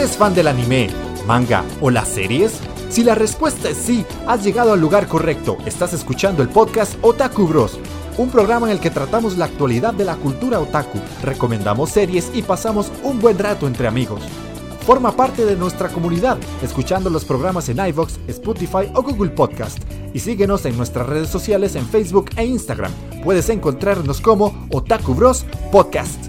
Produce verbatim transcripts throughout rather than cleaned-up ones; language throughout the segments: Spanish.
¿Eres fan del anime, manga o las series? Si la respuesta es sí, has llegado al lugar correcto. Estás escuchando el podcast Otaku Bros, un programa en el que tratamos la actualidad de la cultura otaku, recomendamos series y pasamos un buen rato entre amigos. Forma parte de nuestra comunidad, escuchando los programas en iVoox, Spotify o Google Podcast. Y síguenos en nuestras redes sociales en Facebook e Instagram. Puedes encontrarnos como Otaku Bros Podcast.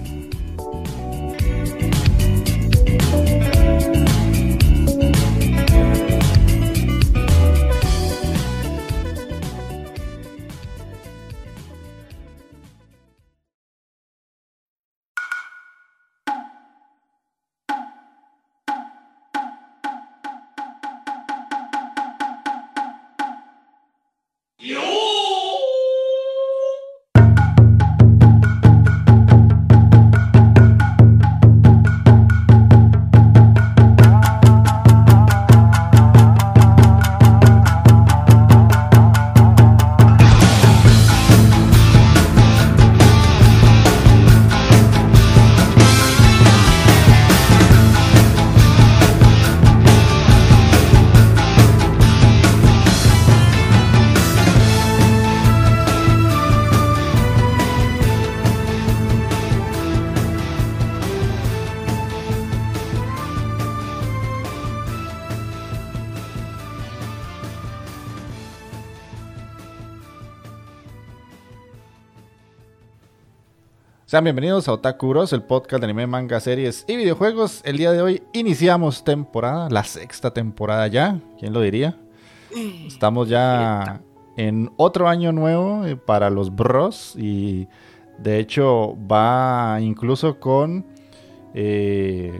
Sean bienvenidos a Otaku Bros, el podcast de anime, manga, series y videojuegos. El día de hoy iniciamos temporada, la sexta temporada ya, ¿quién lo diría? Estamos ya en otro año nuevo para los bros y de hecho va incluso con eh,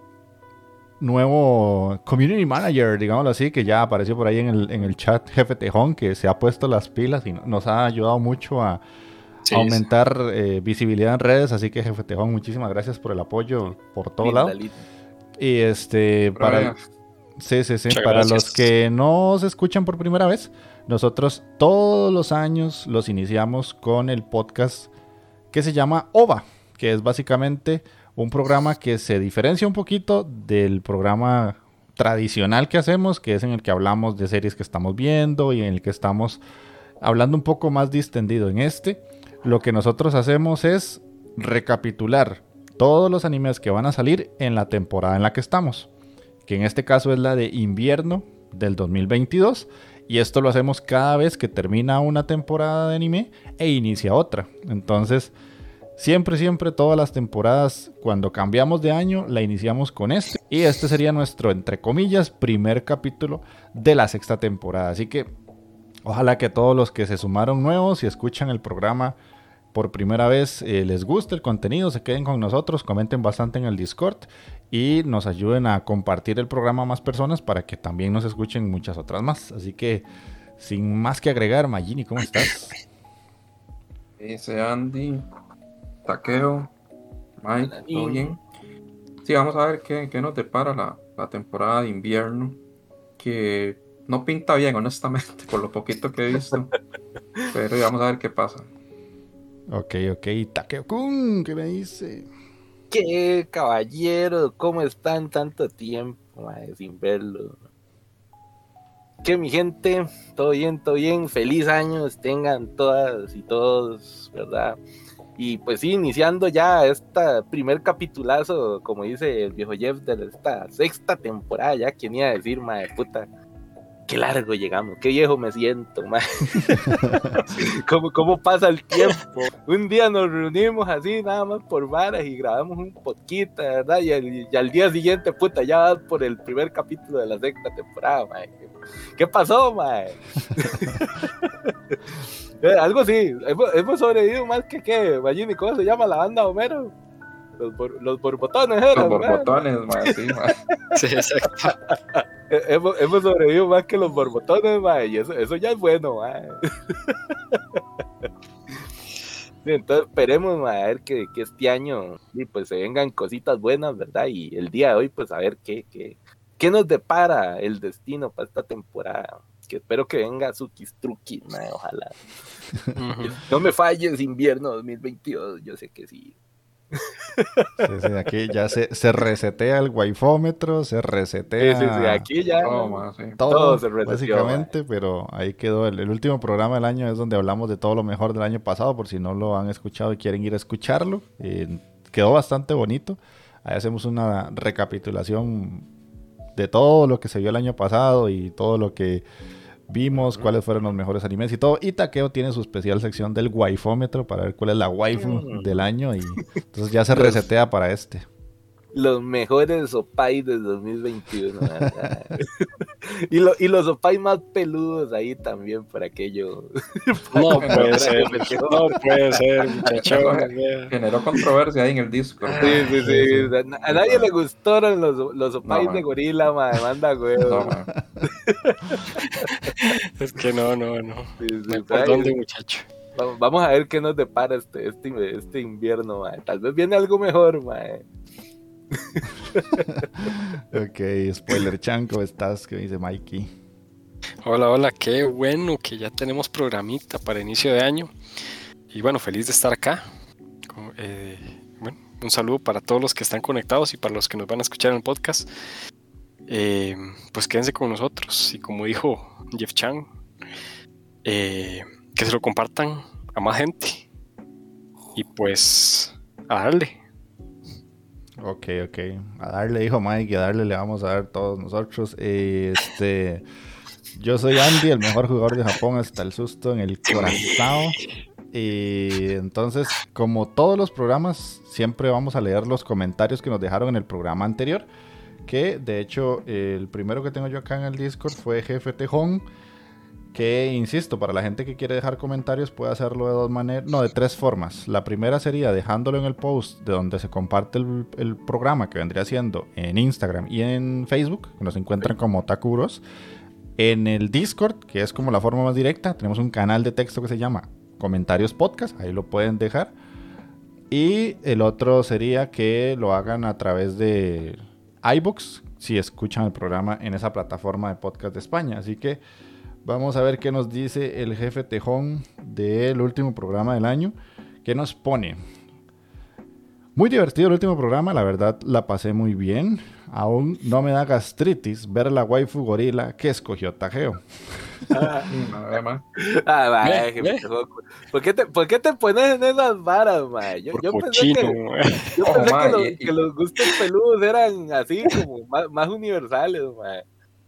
nuevo community manager, digámoslo así, que ya apareció por ahí en el, en el chat, Jefe Tejón, que se ha puesto las pilas y nos ha ayudado mucho a Sí, aumentar eh, visibilidad en redes, así que Jefe Tejón, muchísimas gracias por el apoyo por todo lado. Y este para sí, sí, sí, para gracias. Los que no se escuchan por primera vez, nosotros todos los años los iniciamos con el podcast que se llama O V A, que es básicamente un programa que se diferencia un poquito del programa tradicional que hacemos, que es en el que hablamos de series que estamos viendo y en el que estamos hablando un poco más distendido. En este lo que nosotros hacemos es recapitular todos los animes que van a salir en la temporada en la que estamos, que en este caso es la de invierno del dos mil veintidós, y esto lo hacemos cada vez que termina una temporada de anime e inicia otra. Entonces, siempre, siempre, todas las temporadas, cuando cambiamos de año, la iniciamos con este, y este sería nuestro, entre comillas, primer capítulo de la sexta temporada. Así que ojalá que todos los que se sumaron nuevos y escuchan el programa por primera vez eh, les guste el contenido, se queden con nosotros, comenten bastante en el Discord y nos ayuden a compartir el programa a más personas para que también nos escuchen muchas otras más. Así que, sin más que agregar, Magini, ¿cómo estás? Ese Andy, Takeo, Mike, ¿todo bien? Sí, vamos a ver qué, qué nos depara la, la temporada de invierno, que no pinta bien, honestamente, por lo poquito que he visto, pero vamos a ver qué pasa. Ok, ok, Takeo-kun, ¿qué me dice? ¿Qué, caballero? ¿Cómo están tanto tiempo, madre, sin verlo? ¿Qué, mi gente? ¿Todo bien, todo bien? Feliz años tengan todas y todos, ¿verdad? Y pues sí, iniciando ya este primer capitulazo, como dice el viejo Jeff, de esta sexta temporada, ya, ¿quién iba a decir, madre puta? Qué largo llegamos, qué viejo me siento, man. ¿Cómo, ¿Cómo pasa el tiempo? Un día nos reunimos así, nada más por varas, y grabamos un podcast, ¿verdad? Y, el, y al día siguiente, puta, ya vas por el primer capítulo de la sexta temporada, man. ¿Qué, qué pasó, man? Algo así, hemos, hemos sobrevivido más que, ¿qué? Magini, ¿cómo se llama la banda, Homero? Los, bor, los borbotones, ¿eh? Los borbotones, man, sí, man. Sí, exacto. hemos, hemos sobrevivido más que los borbotones, man, y eso, eso ya es bueno, man. Sí, entonces esperemos, man, a ver que, que este año sí, pues se vengan cositas buenas, ¿verdad? Y el día de hoy, pues a ver qué, qué, qué nos depara el destino para esta temporada. Que espero que venga Suki Struki, ojalá. No me falles, invierno dos mil veintidós, yo sé que sí. Sí, sí, aquí ya se, se resetea el waifómetro, se resetea. Sí, sí, sí, aquí ya todo, man, sí. todo, todo se reseteó, básicamente, man. Pero ahí quedó. El, el último programa del año es donde hablamos de todo lo mejor del año pasado, por si no lo han escuchado y quieren ir a escucharlo. Eh, quedó bastante bonito. Ahí hacemos una recapitulación de todo lo que se vio el año pasado y todo lo que vimos, cuáles fueron los mejores animes y todo. Y Takeo tiene su especial sección del waifómetro para ver cuál es la waifu mm. del año. Y entonces ya se los, resetea para este. Los mejores opai del dos mil veintiuno. y, lo, y los opai más peludos ahí también por aquello. No puede ser. No puede ser, muchacho. Generó controversia ahí en el Discord. Sí, sí, sí. sí. A nadie le gustaron los, los opais no, de gorila, man. Manda huevo. No, es que no, no, no. Sí, sí, ¿por dónde, muchacho? Vamos a ver qué nos depara este, este, este invierno, man. Tal vez viene algo mejor, man. Ok, spoiler chan, ¿cómo estás? ¿Qué dice Mikey? Hola, hola, qué bueno que ya tenemos programita para inicio de año. Y bueno, feliz de estar acá. Eh, bueno, un saludo para todos los que están conectados y para los que nos van a escuchar en el podcast. Eh, pues quédense con nosotros y como dijo Jeff Chan, eh, que se lo compartan a más gente y pues a darle. Ok, ok, a darle, dijo Mike, y a darle le vamos a dar todos nosotros. Este, yo soy Andy, el mejor jugador de Japón hasta el susto en el corazón. Y entonces, como todos los programas, siempre vamos a leer los comentarios que nos dejaron en el programa anterior. Que de hecho, el primero que tengo yo acá en el Discord fue Jefe Tejón. Que, insisto, para la gente que quiere dejar comentarios puede hacerlo de dos maneras, no, de tres formas. La primera sería dejándolo en el post de donde se comparte el, el programa, que vendría siendo en Instagram y en Facebook, que nos encuentran como Takuros. En el Discord, que es como la forma más directa, tenemos un canal de texto que se llama Comentarios Podcast, ahí lo pueden dejar. Y el otro sería que lo hagan a través de iVoox, si escuchan el programa en esa plataforma de podcast de España. Así que vamos a ver qué nos dice el jefe Tejón del último programa del año. ¿Qué nos pone? Muy divertido el último programa, la verdad la pasé muy bien. Aún no me da gastritis ver la waifu gorila que escogió Takeo. Ah, ah, vaya, jefe Tejón. ¿Por qué te, ¿Por qué te pones en esas varas, man? Yo, yo pensé, que, yo pensé oh, que, los, y... que los gustos peludos eran así como más, más universales, man.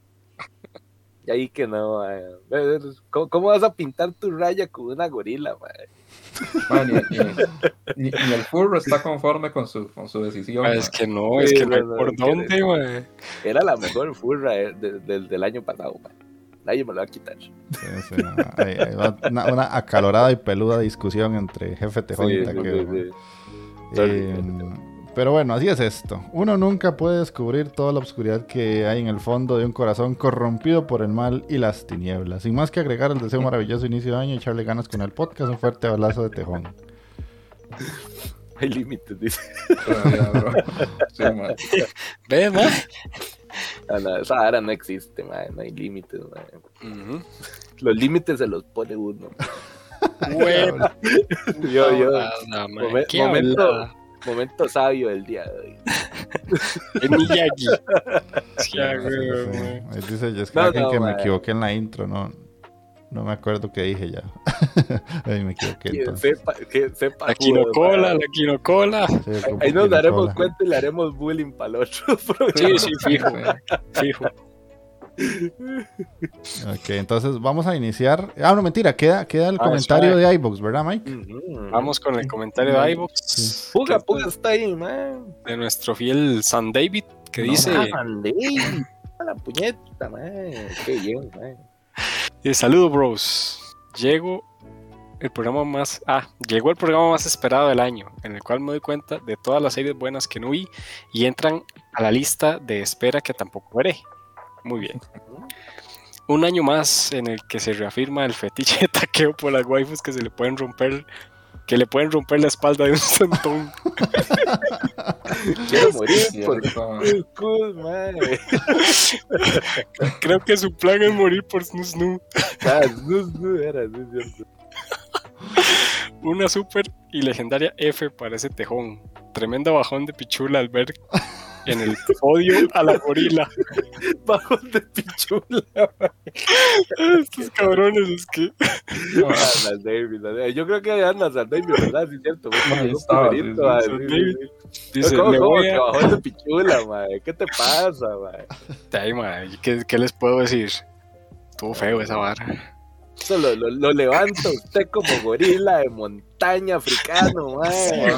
Y ahí que no, man. ¿Cómo, ¿Cómo vas a pintar tu raya con una gorila, man? Man, ni, ni, ni el furro está conforme con su, con su decisión. Ah, es que no, es sí, que no hay no, por dónde, man. Era la mejor furra de, de, de, del año pasado, man. Nadie me lo va a quitar. Sí, sí, hay, hay una, una acalorada y peluda discusión entre Jefe Tejón sí, y Takeo. Sí, sí, sí. Eh, pero bueno, así es esto. Uno nunca puede descubrir toda la oscuridad que hay en el fondo de un corazón corrompido por el mal y las tinieblas. Sin más que agregar el deseo maravilloso inicio de año y echarle ganas con el podcast, un fuerte abrazo de Tejón. Hay límites, dice. Sí, man. Ve, man. No, no, esa vara no existe, man. No hay límites, man. Uh-huh. Los límites se los pone uno. Bueno. yo, yo. No, no, Momen- momento, momento sabio del día de hoy. El Miyagi. Sí, sí, sí. Ahí dice Jessica no, no, que man. Me equivoqué en la intro, no. No me acuerdo qué dije ya. Ahí me equivoqué. Que sepa, que sepa la quinocola, la quinocola. Sí, ahí nos daremos cuenta y le haremos bullying para el otro. Sí, sí, fijo. Fijo. Ok, entonces vamos a iniciar. Ah, no, mentira, queda, queda el ah, comentario suave. de iVoox, ¿verdad, Mike? Uh-huh. Vamos con el comentario de iVoox. Sí. Puga, Puga está ahí, man. De nuestro fiel San David, que no, dice... Ah, San David. A la puñeta, man. Qué bien, man. Y saludo, bros. Llego el programa más ah, llegó el programa más esperado del año, en el cual me doy cuenta de todas las series buenas que no vi y entran a la lista de espera que tampoco veré. Muy bien. Un año más en el que se reafirma el fetiche de Takeo por las waifus que se le pueden romper, que le pueden romper la espalda de un santón. Quiero morir por Snoo, madre. Creo que su plan es morir por Snoo Snoo. Ah, Snoo Snoo era, sí, cierto. Una super y legendaria F para ese tejón. Tremendo bajón de pichula al ver en el podio a la gorila. Bajón de pichula. Estos cabrones es que... Ah, San David, David. Yo creo que anda San David, ¿verdad? Sí, es cierto. Ahí estaba, sí, sí, David. Dice, ¿Cómo, le cómo voy que a... bajón de pichula, madre? ¿Qué te pasa, madre? Ay, madre, ¿qué, ¿qué les puedo decir? Estuvo feo esa vara. Eso lo, lo, lo levanta usted como gorila de montaña africano, madre.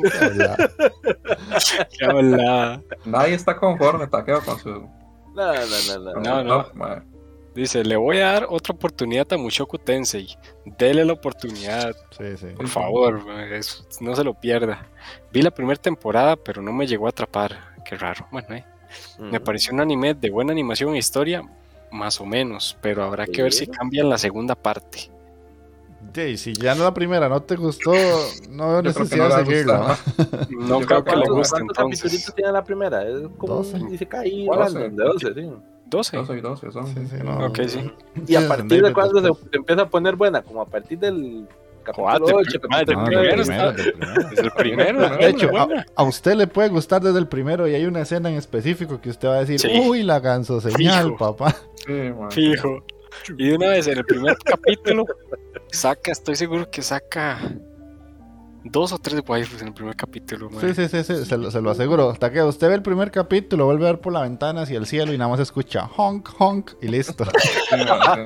Qué hola. Nadie está conforme, Taqueo, con su... No, no, no, no. No, no. Madre. Dice, le voy a dar otra oportunidad a Mushoku Tensei. Dele la oportunidad, Sí, sí. por favor, es- no se lo pierda. Vi la primera temporada, pero no me llegó a atrapar. Qué raro. Bueno, eh. Me pareció un anime de buena animación e historia, más o menos, pero habrá que ver si cambian la segunda parte. Sí, si ya no la primera no te gustó, no veo Yo creo que necesidad no de le seguirla. gusta, ¿no? No Yo creo creo que que le no. guste ¿Cuántos capítulos entonces. tiene la primera? Es como doce. un dice caí, doce. random, de doce, sí. doce. doce y doce son. Sí, sí, sí. no. Ok, sí. ¿Y a Sí, partir David de cuándo después. se empieza a poner buena? Como a partir del Joder, capítulo de ocho, pri- capítulo No, de del nueve. primero primero, está- del primero. Desde el primero. De De bueno, hecho, buena. a, a usted le puede gustar desde el primero y hay una escena en específico que usted va a decir, Sí. uy, la ganso señal, Fijo. papá. Sí, madre. Fijo. Y de una vez en el primer capítulo saca, estoy seguro que saca dos o tres waifus en el primer capítulo. Sí, madre. sí, sí, sí, se, lo, se lo aseguro. Hasta que usted ve el primer capítulo, vuelve a ver por la ventana hacia el cielo y nada más escucha honk, honk y listo. Sí, madre,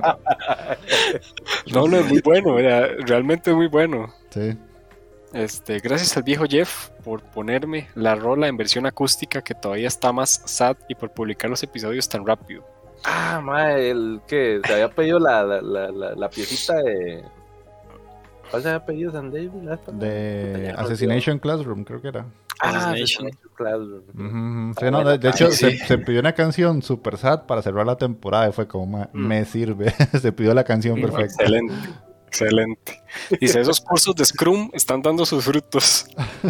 sí. No, no, es muy bueno, era- realmente es muy bueno. Sí. Este, gracias al viejo Jeff por ponerme la rola en versión acústica que todavía está más sad y por publicar los episodios tan rápido. Ah, madre, el que se había pedido la, la, la, la, la piecita de. ¿Cuál se había pedido San David? la vez pasada? De Ya no Assassination Classroom, creo que era. Ah, Assassination. Assassination Classroom. Ujú, Está sí, no, buena, de, de hecho, sí. se, se pidió una canción super sad para cerrar la temporada y fue como, "Ma- Mm. me sirve". Se pidió la canción Sí, perfecta. Excelente, excelente. Dice, esos cursos de Scrum están dando sus frutos.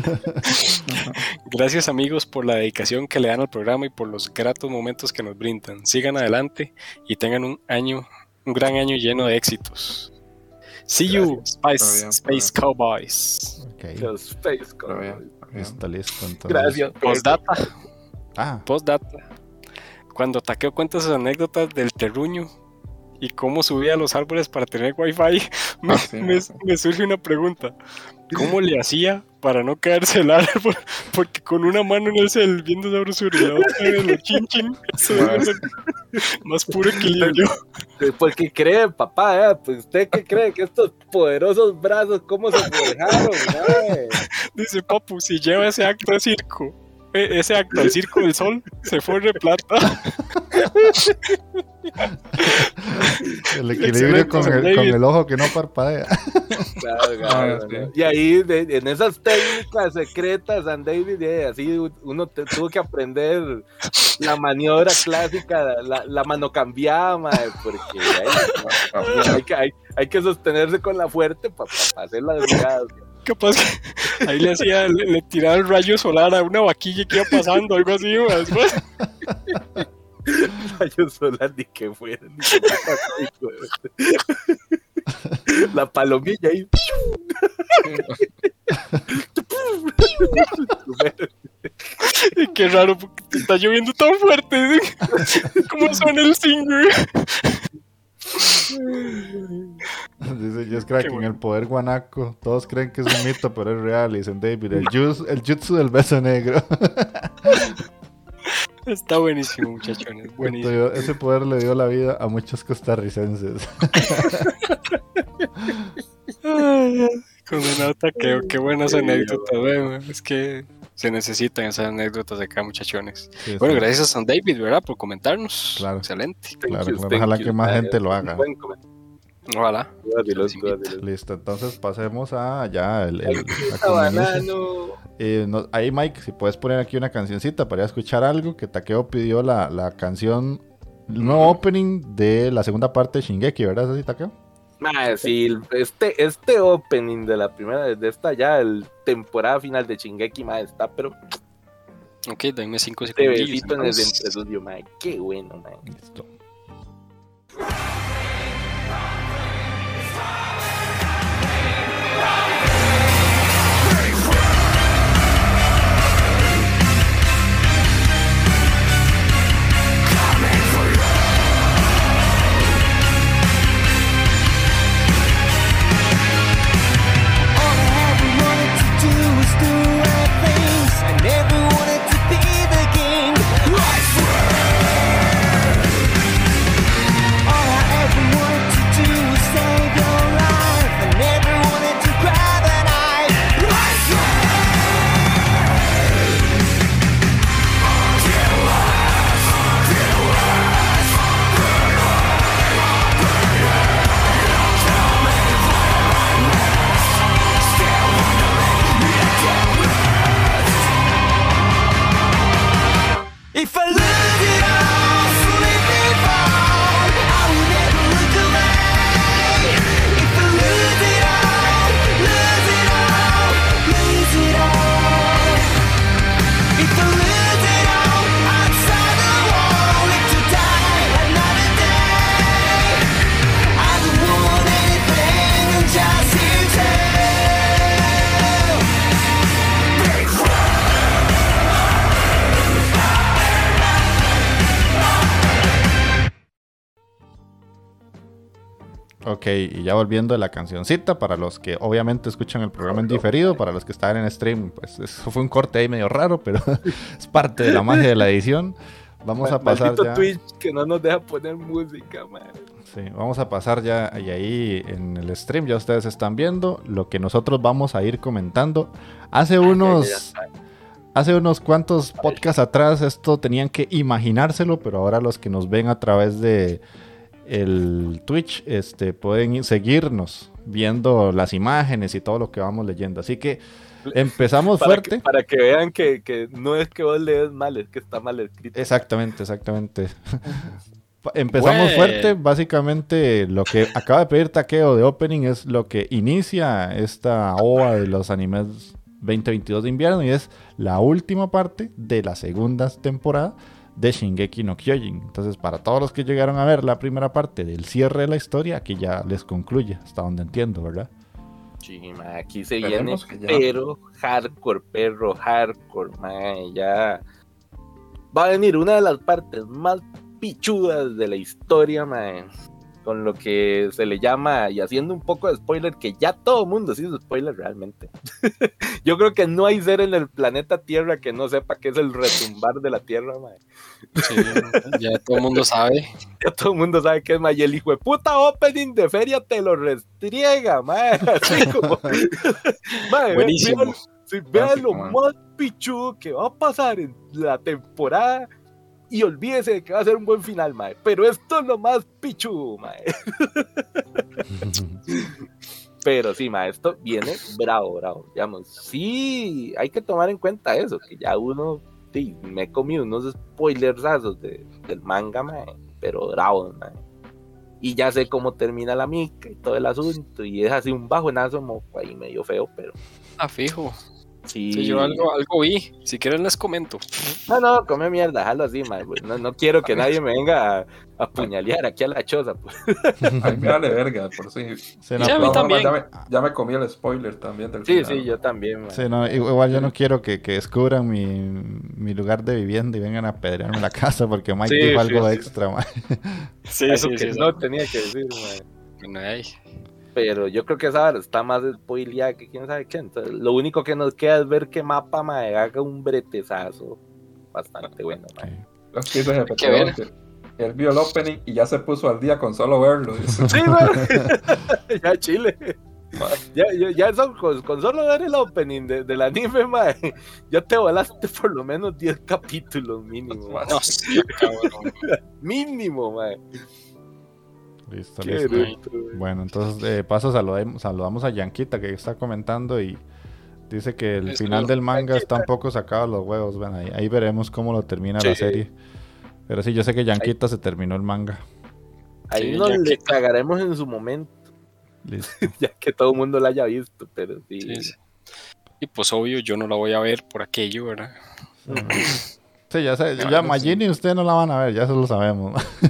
Gracias amigos por la dedicación que le dan al programa y por los gratos momentos que nos brindan. Sigan adelante y tengan un año, un gran año lleno de éxitos. See you, Spice, Está bien, Space está Cowboys. Ok, Los Space Está Cowboys. bien, está bien. listo, listo. Entonces. Gracias. Postdata, Ah, postdata. Cuando Takeo cuenta sus anécdotas del terruño y cómo subía a los árboles para tener wifi, me, Ah, sí, me- sí. me surge una pregunta. ¿Cómo le hacía para no caerse el árbol? Porque con una mano en el cel viendo sabrosura y la otra en el chin chin, eso debe ser más puro equilibrio. Porque cree, papá, ¿eh? Pues usted qué cree que estos poderosos brazos, ¿cómo se forjaron, madre? Dice Papu, si lleva ese acto al circo, e- ese acto al circo del sol, se forre plata. el equilibrio Excelente, con San el, David. con el ojo que no parpadea. Claro, claro, Ah, sí. ¿no? Y ahí, de- en esas técnicas secretas, San David, eh, así uno te- tuvo que aprender la maniobra clásica, la, la mano cambiada, madre, porque hay, hay que, hay, hay que sostenerse con la fuerte para hacer las brigadas. Capaz que ahí le hacía, le, le tiraba el rayo solar a una vaquilla que iba pasando, algo así, ma, después. Rayos solar ni que fuera, ni que fuera, hijo de- la palomilla ahí. Y qué raro, porque te está lloviendo tan fuerte. ¿Cómo suena el singer? Dice Just Cracking, bueno. el poder guanaco. Todos creen que es un mito, pero es real. Y dicen David, el, jus- el jutsu del beso negro. Está buenísimo, muchachones, buenísimo. Ese poder le dio la vida a muchos costarricenses. Ay, ay, condenado Takeo, qué buenas anécdotas, wey, es que se necesitan esas anécdotas de acá, muchachones. Sí, Bueno, sí. gracias a San David, ¿verdad? Por comentarnos. Claro. Excelente. Claro, Thank you, claro. thank Ojalá you. que más Ah, gente lo un haga. buen comentario. Ojalá. Guádilos, Los guádilos. Listo, entonces pasemos a ya el, el, a Ah, conveniencia. banano. Eh, no- ahí Mike, si puedes poner aquí una cancioncita para ir a escuchar algo, que Takeo pidió la, la canción, el nuevo opening de la segunda parte de Shingeki, ¿verdad? ¿Es así, Takeo? Mae, sí, este, este opening de la primera, de esta ya, el temporada final de Shingeki, mae, está, pero Ok, dame cinco te segundos. besito en el entreludio, mae, qué bueno, mae. Listo. Round If I lose it all, slip and fall, I will never look away. If I lose it all, lose it all, lose it all. If I lose it all, outside the wall, live to die another day. I don't want anything, I'm just here to Ok, y ya volviendo a la cancioncita, para los que obviamente escuchan el programa en diferido, para los que estaban en stream, pues eso fue un corte ahí medio raro, pero es parte de la magia de la edición. Vamos a pasar Maldito ya... Twitch que no nos deja poner música, man. Sí, vamos a pasar ya, y ahí en el stream ya ustedes están viendo lo que nosotros vamos a ir comentando. Hace unos... Hace unos cuantos podcasts atrás esto tenían que imaginárselo, pero ahora los que nos ven a través de el Twitch este, pueden seguirnos viendo las imágenes y todo lo que vamos leyendo. Así que empezamos para fuerte. Que, para que vean que, que no es que vos lees mal, es que está mal escrito. Exactamente, exactamente. Empezamos Bueno. fuerte. Básicamente lo que acaba de pedir Takeo de opening es lo que inicia esta ova de los animes veinte veintidós de invierno, y es la última parte de la segunda temporada de Shingeki no Kyojin. Entonces, para todos los que llegaron a ver la primera parte del cierre de la historia, aquí ya les concluye, hasta donde entiendo, ¿verdad? Sí, ma, aquí se Esperemos viene, que ya. pero hardcore, perro, hardcore, ma, ya va a venir una de las partes más pichudas de la historia, ma, con lo que se le llama, y haciendo un poco de spoiler, que ya todo el mundo sí es spoiler realmente. Yo creo que no hay ser en el planeta Tierra que no sepa qué es el retumbar de la Tierra, ma. Sí, ya todo el mundo sabe. Ya todo el mundo sabe que es, ma, y el hijo de puta opening de feria te lo restriega, ma. Así como... ma, Buenísimo. vean, sí, vean lo Básico, más pichudo que va a pasar en la temporada y olvídese de que va a ser un buen final, ma. Pero esto es lo más pichudo, ma. Pero sí, ma, esto viene bravo, bravo. Digamos, sí, hay que tomar en cuenta eso, que ya uno, sí, me he comido unos spoilersazos de, del manga, ma, pero bravo, ma. Y ya sé cómo termina la mica y todo el asunto, y es así un bajonazo moco ahí medio feo, pero Ah, fijo. sí. Sí, yo algo, algo vi. Si quieren les comento. No, no, come mierda, déjalo así, ma, pues. No, no quiero que nadie me venga a, a puñalear aquí a la choza, pues. A mí me vale verga, por si. Sí, no, Ya, a mí No, también. Ya me, ya me comí el spoiler también del Sí, final. sí, yo también, ma. sí, no, igual yo no quiero que, que descubran mi, mi lugar de vivienda y vengan a apedrearme la casa porque Mike Sí, dijo sí, algo sí. extra, man. Sí, Eso sí, que sí. no tenía que decir, ma. Bueno, ahí. Pero yo creo que esa hora está más spoileada que quién sabe qué. Entonces, lo único que nos queda es ver que Mapa, ma, haga un bretezazo bastante bueno, ma. Los que hizo el que ver. que él vio el opening y ya se puso al día con solo verlo. dice. Sí, ma. Ya Chile. Ya, ya, ya eso, con, con solo ver el opening de, del anime, ma, ya te volaste por lo menos diez capítulos mínimo. Ma. No, sí, cabrón. Mínimo, ma. Listo, Qué listo. bruto, ma. Bueno, entonces de paso saludemos, saludamos a Yanquita que está comentando y dice que el Es final lo- del manga está un poco sacado los huevos. Bueno, ahí, ahí veremos cómo lo termina Sí. la serie. Pero sí, yo sé que Yanquita se terminó el manga. Ahí Sí, nos ya le que- cagaremos en su momento, Listo. ya que todo el mundo la haya visto, pero sí. Sí, sí. Y pues obvio, yo no la voy a ver por aquello, ¿verdad? Sí, ya sé, ya Claro, Magini y ustedes no la van a ver, ya eso lo sabemos.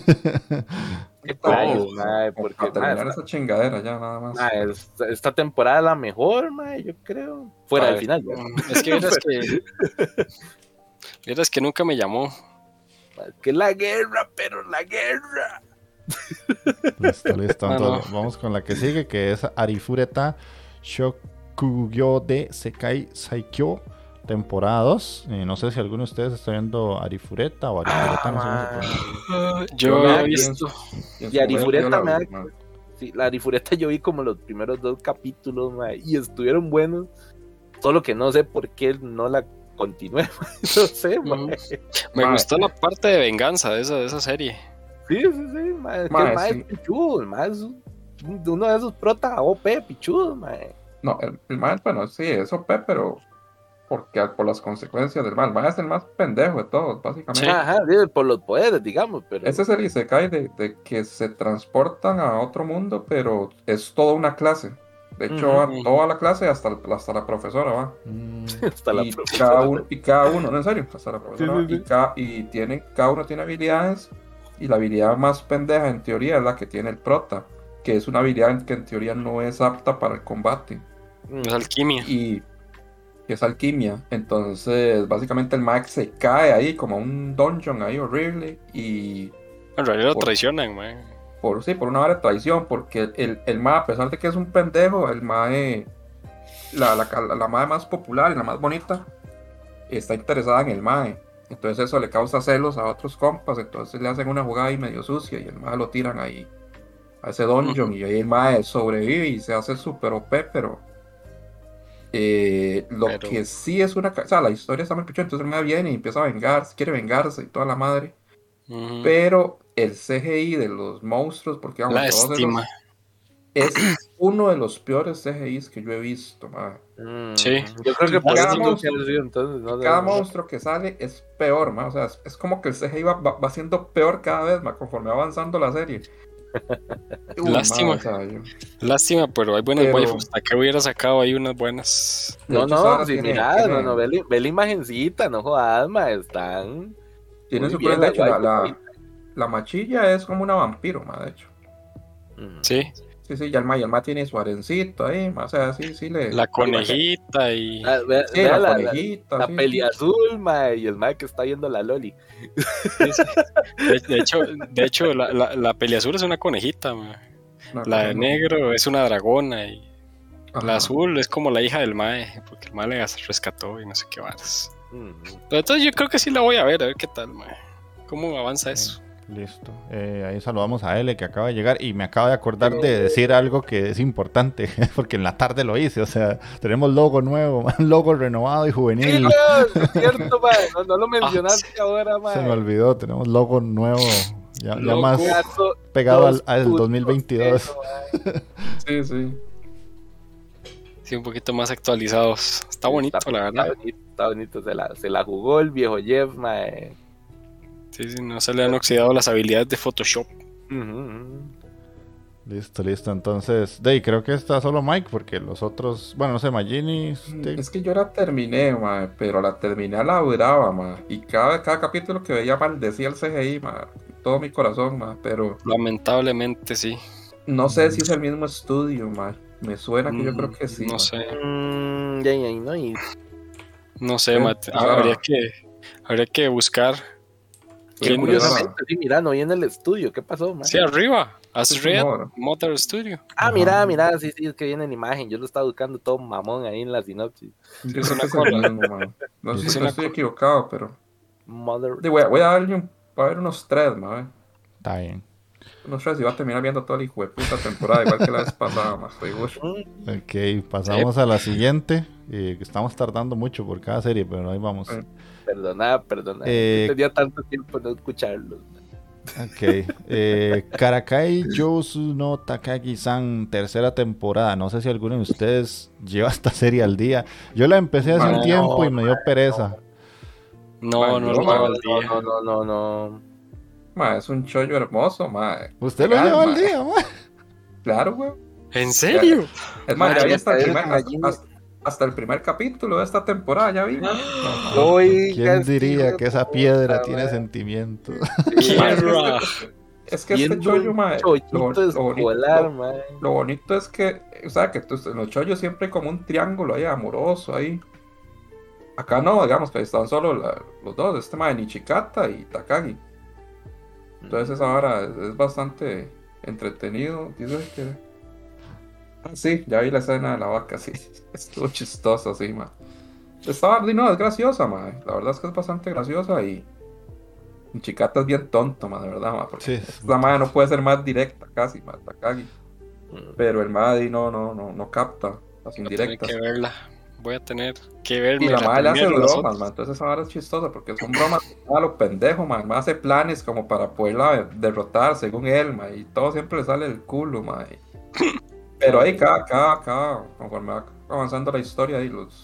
Qué playos, Oh, ma, Como porque para terminar ma, esa chingadera ya nada más. ma, esta, esta temporada es la mejor, ma, yo creo. Fuera A del ver, final, ¿verdad? mm, Es que vieras que. Vieras que nunca me llamó. Ma, que la guerra, pero la guerra. Listo, listo. No, Entonces, no. vamos con la que sigue, que es Arifureta Shokugyo de Sekai Saikyo, temporada dos. Eh, no sé si alguno de ustedes está viendo Arifureta o Arifureta, no sé cómo se pronuncia. Yo la he vi visto. en su Y Arifureta momento yo la me vi, da- man. Sí, la Arifureta yo vi como los primeros dos capítulos, ma, y estuvieron buenos. Solo que no sé por qué no la continué, ma, no sé, ma. Mm. Me Ma, gustó la parte de venganza de esa, de esa serie. Sí, sí, sí, ma, es que Ma, el ma sí. es pichudo, el ma es un- uno de esos prota O P pichudos, ma. No, el, el man, bueno, sí, es O P, pero porque por las consecuencias del mal. El mae es el más pendejo de todos, básicamente. Sí. Ajá, sí, por los poderes, digamos, pero... Ese es el Isekai de, de que se transportan a otro mundo, pero es toda una clase. De hecho, Ujú. va toda la clase hasta, el- hasta la profesora va. Mm, Hasta la y, profesora. cada uno, y cada uno, no, en serio, hasta la profesora Sí, va. sí, Y, sí. ca- y tiene, cada uno tiene habilidades. Y la habilidad más pendeja en teoría es la que tiene el prota, que es una habilidad que en teoría no es apta para el combate. Es alquimia. Y que es alquimia. Entonces, básicamente el mag se cae ahí como un dungeon ahí horrible. Y En realidad lo Por- traicionan, man. por sí, por una vara de traición, porque el, el ma, a pesar de que es un pendejo, el mae, la, la, la, la mae más popular y la más bonita, está interesada en el mae. Entonces eso le causa celos a otros compas, entonces le hacen una jugada ahí medio sucia y el mae lo tiran ahí a ese dungeon y ahí el mae sobrevive y se hace super O P, pero eh, lo Pero- que sí es una... ca- O sea, la historia está muy pichón, entonces el mae viene y empieza a vengarse, quiere vengarse y toda la madre. Ujú. Pero el C G I de los monstruos, porque vamos, La todos estima. esos, es uno de los peores C G Is que yo he visto, madre. Mm, Sí. Yo creo que por Cada eso monstruo- no, entonces, no, Cada no, no. monstruo que sale es peor, ma. O sea, es, es como que el C G I va, va, va siendo peor cada vez, ma, conforme va avanzando la serie. Uy, Lástima. ma, o sea, yo- Lástima, pero hay buenas Pero- waifus. ¿A qué hubiera sacado ahí unas buenas? de No, hecho, no, Sara si tiene- mira, tiene- no, no, ve, la- ve la imagencita, no jodas, ma, están... Tiene muy su bien de hecho, la, las la, waifus. la machilla es como una vampiro, ma, de hecho. Mm. Sí, Sí, sí, ya el ma, y el ma tiene su arencito ahí, ma, o sea, sí, sí le... la conejita y... Ah, ve- Sí, vea la, la, la, conejita, la sí, peli sí. azul, ma, y el ma que está viendo la Loli. Sí, sí. De, de hecho, de hecho la, la, la peli azul es una conejita, man. Una La de cosa, negro es una dragona y ajá. la azul es como la hija del mae, porque el mae le rescató y no sé qué varas. Mm. Pero entonces yo creo que sí la voy a ver, a ver qué tal, mae. ¿Cómo avanza eso? listo. Eh, ahí saludamos a L que acaba de llegar y me acaba de acordar de decir algo que es importante, porque en la tarde lo hice. O sea, tenemos logo nuevo, un logo renovado y Sí, juvenil. weón, es cierto, ma, no, no lo mencionaste ahora, ma. Se me olvidó, tenemos logo nuevo, ya, ya Logo. más Gato pegado al, dos al punto dos mil veintidós. cero, Sí, sí. Sí, un poquito más actualizados. Está bonito, Está- la verdad. Está bonito, está bonito, se la, se la jugó el viejo Jeff, ma. eh. Sí, sí, no se le han oxidado las habilidades de Photoshop. Ujú, ujú. Listo, listo. Entonces, de ahí creo que está solo Mike, porque los otros, bueno, no sé, Magini. este, Es que yo la terminé, ma, pero la terminé a la brava, ma. Y cada, cada capítulo que veía maldecía el C G I, ma. Todo mi corazón, ma. Pero Lamentablemente, sí. no sé si es el mismo estudio, ma. Me suena que yo Mm, creo que sí. No ma. sé, Mm, ya, ya, no, y no sé, Sí, Mate. claro. Habría que, habría que buscar. Qué ¿Quién curioso, es? ma. curiosamente, sí, mira, no viene el estudio, ¿qué pasó, ma? Sí, arriba. As Red No, Motor Studio. Ah, Ajá. mira, mira, sí, sí, es que viene en imagen, yo lo estaba buscando todo mamón ahí en la sinopsis. yo Es creo una que es el cola. mismo, ma. No Es sé si una estoy co- equivocado, pero. Mother... Sí, voy, a, voy a darle un. Va a haber unos tres, ma. eh. Está bien. Unos tres y va a terminar viendo toda la hijo de puta temporada, igual que la vez pasada, ma. Estoy seguro. Ok, pasamos a la siguiente. eh, que estamos tardando mucho por cada serie, pero ahí vamos. Sí. Perdona, perdona, Eh, tenía tanto tiempo no escucharlo. Ok. Eh, Karakai Jousu no Takagi-san, tercera temporada. No sé si alguno de ustedes lleva esta serie al día. Yo la empecé hace un No, tiempo y me dio pereza. No, Vale, no no, lo llevo al No, día. no, no, no, no. Ma, es un chollo hermoso, ma. ¿Usted lo Legal, lleva al ma. día, man? Claro, güey. ¿En serio? Es más, Ma, ya vi ya hasta el, está, primer, imagínate. hasta, hasta el primer capítulo de esta temporada, ya vi. ma. No, ma. Oiga, ¿Quién este diría hijo que de esa puta, piedra ma. tiene sentimiento? Sí, Ma, es que Tierra. este- Es que este viendo chollo, un ma, lo, chollito lo bonito, escolar, lo- ma. lo bonito es que, o sea, que tú- en los chollos siempre hay como un triángulo ahí amoroso ahí. Acá no, digamos que están solo la- los dos, este ma de Nichikata y Takagi. Entonces esa vara es, es bastante entretenido. Dice que... Ah, sí, ya vi la escena de la vaca, sí. Estuvo chistoso, sí, ma. Esta vara, no, es graciosa, ma. La verdad es que es bastante graciosa y... Nichikata es bien tonto, ma, de verdad, ma. Porque Sí, es la madre no puede ser más directa casi, ma, Takagi. Mm. Pero el Maddy no, no, no, no capta las Voy a tener indirectas. que verla. Voy a tener que verme Y la madre le hace primera de las bromas, otras. man. Entonces esa vara es chistosa porque son bromas a lo pendejo, man. Man hace planes como para poderla derrotar según él, man. Y todo siempre le sale del culo, man. Pero ahí cada, cada, cada, conforme va avanzando la historia, ahí los,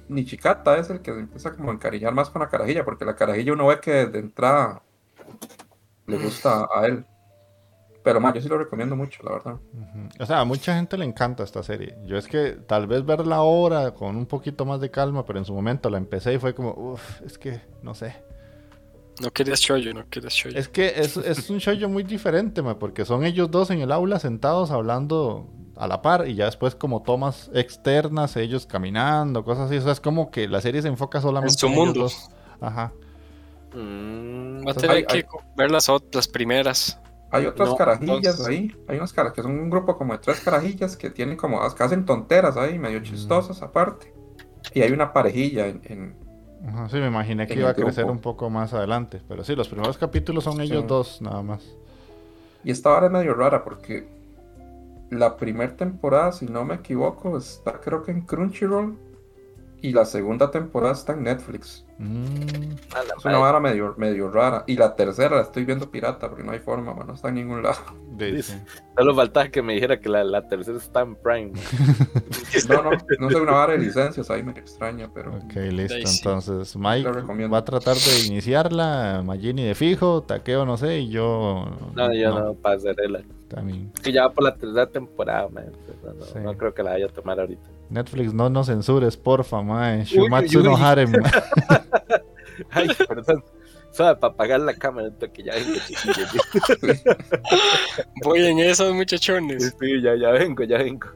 Nichikata es el que se empieza como a encariñar más con la carajilla, porque la carajilla uno ve que de entrada le gusta a él. Pero más, yo sí lo recomiendo mucho, la verdad. Uh-huh. O sea, a mucha gente le encanta esta serie. Yo es que tal vez verla ahora con un poquito más de calma, pero en su momento la empecé y fue como, uff, es que no sé. No querías shoujo, no querías shoujo. Es que es, es un shoujo muy diferente, ma, porque son ellos dos en el aula sentados hablando a la par y ya después como tomas externas, ellos caminando, cosas así. O sea, es como que la serie se enfoca solamente en su en mundo. ellos dos. Ajá. Mm, Va a tener hay, que hay... ver las otras primeras. Hay otras no, carajillas entonces... ahí, hay unas caras que son un grupo como de tres carajillas que tienen como, que hacen tonteras ahí, medio chistosas mm. aparte. Y hay una parejilla en... en Ajá, sí, me imaginé que iba a crecer un poco más adelante, pero sí, los primeros capítulos son ellos sí. dos nada más. Y esta vara es medio rara porque la primera temporada, si no me equivoco, está creo que en Crunchyroll y la segunda temporada está en Netflix. Mm. Es una vara medio, medio rara. Y la tercera la estoy viendo pirata porque no hay forma, man, no está en ningún lado. Sí, sí. Solo faltaba que me dijera que la, la tercera está en Prime. No, no, no sé, una vara de licencias ahí me extraña, pero... Ok, listo, entonces Mike va a tratar de iniciarla, Magini de fijo, Takeo no sé, y yo... No, yo no, no pasarela. También. Es que ya va por la tercera temporada, man. No, no, sí. no creo que la vaya a tomar ahorita. Netflix, no nos censures, porfa, mae. Shumatsu no Harem. Ay, perdón. Solo para apagar la cámara, que ya vengo, chiquillos. Voy en esos muchachones. Sí, ya, ya vengo, ya vengo.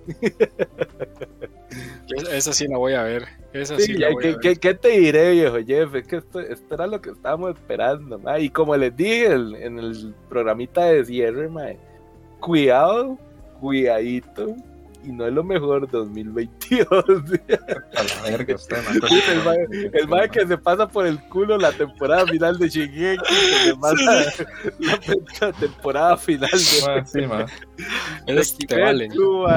Esa sí la voy a ver. Esa sí, sí la voy ¿qué, a ver. ¿qué, ¿Qué te diré, viejo Jeff? Es que esto, esto era lo que estábamos esperando, ma. Y como les dije el, en el programita de cierre, ma, cuidado, cuidadito. Y no es lo mejor dos mil veintidós. A la verga, usted, man. El mae, el mae que se pasa por el culo la temporada final de Shingeki, que se pasa sí. la, la temporada final de... Man, sí, man. Es te valen.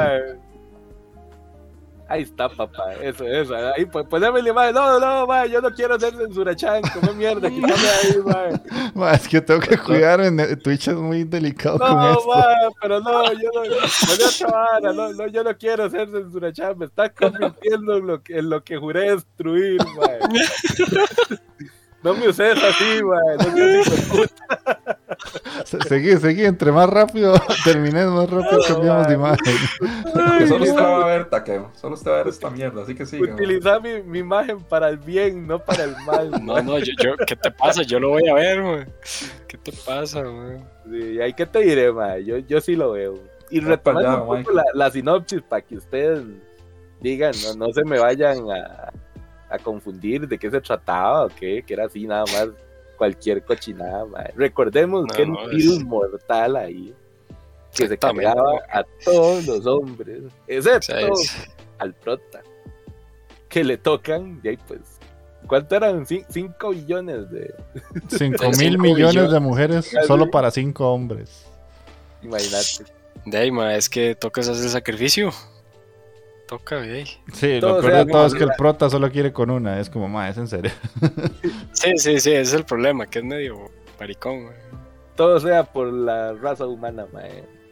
Ahí está, papá, eso, eso, ahí, poneme la imagen, no, no, ma, yo no quiero ser censura-chan, come mierda, quítame ahí, ma. Ma, es que tengo que cuidar, en Twitch es muy delicado no, con esto. No, ma, pero no, yo no, no, no, no, no, yo no quiero ser censura-chan, me estás convirtiendo en lo que, en lo que juré destruir, ma. No me uses así, man. No seas hijo de puta. Seguí, seguí. Entre más rápido termines, más rápido no, cambiamos man. de imagen. Ay, solo usted va a ver, Takeo. Solo usted va a ver esta mierda, así que sí. Utiliza mi, mi imagen para el bien, no para el mal. No, man. no, yo, yo, ¿qué te pasa? Yo lo voy a ver, man. ¿Qué te pasa, man? Sí, ahí qué te diré, man. Yo, yo sí lo veo. Y retomando un poco la, la sinopsis para que ustedes digan, no, no se me vayan a... a confundir de qué se trataba o qué, que era así nada más cualquier cochinada, madre. Recordemos no, que era un virus es... mortal ahí que se cargaba a todos los hombres, excepto es... al prota, que le tocan, y ahí pues, ¿cuánto eran? cinco billones de... cinco mil millones billones de mujeres solo para cinco hombres. Imagínate. De ahí, ma, es que tocas hacer sacrificio. Toca, güey. Sí, todo lo peor de todo es que el prota solo quiere con una. Es como, ma, es en serio. Sí, sí, sí, ese es el problema, que es medio maricón, güey. Todo sea por la raza humana, ma.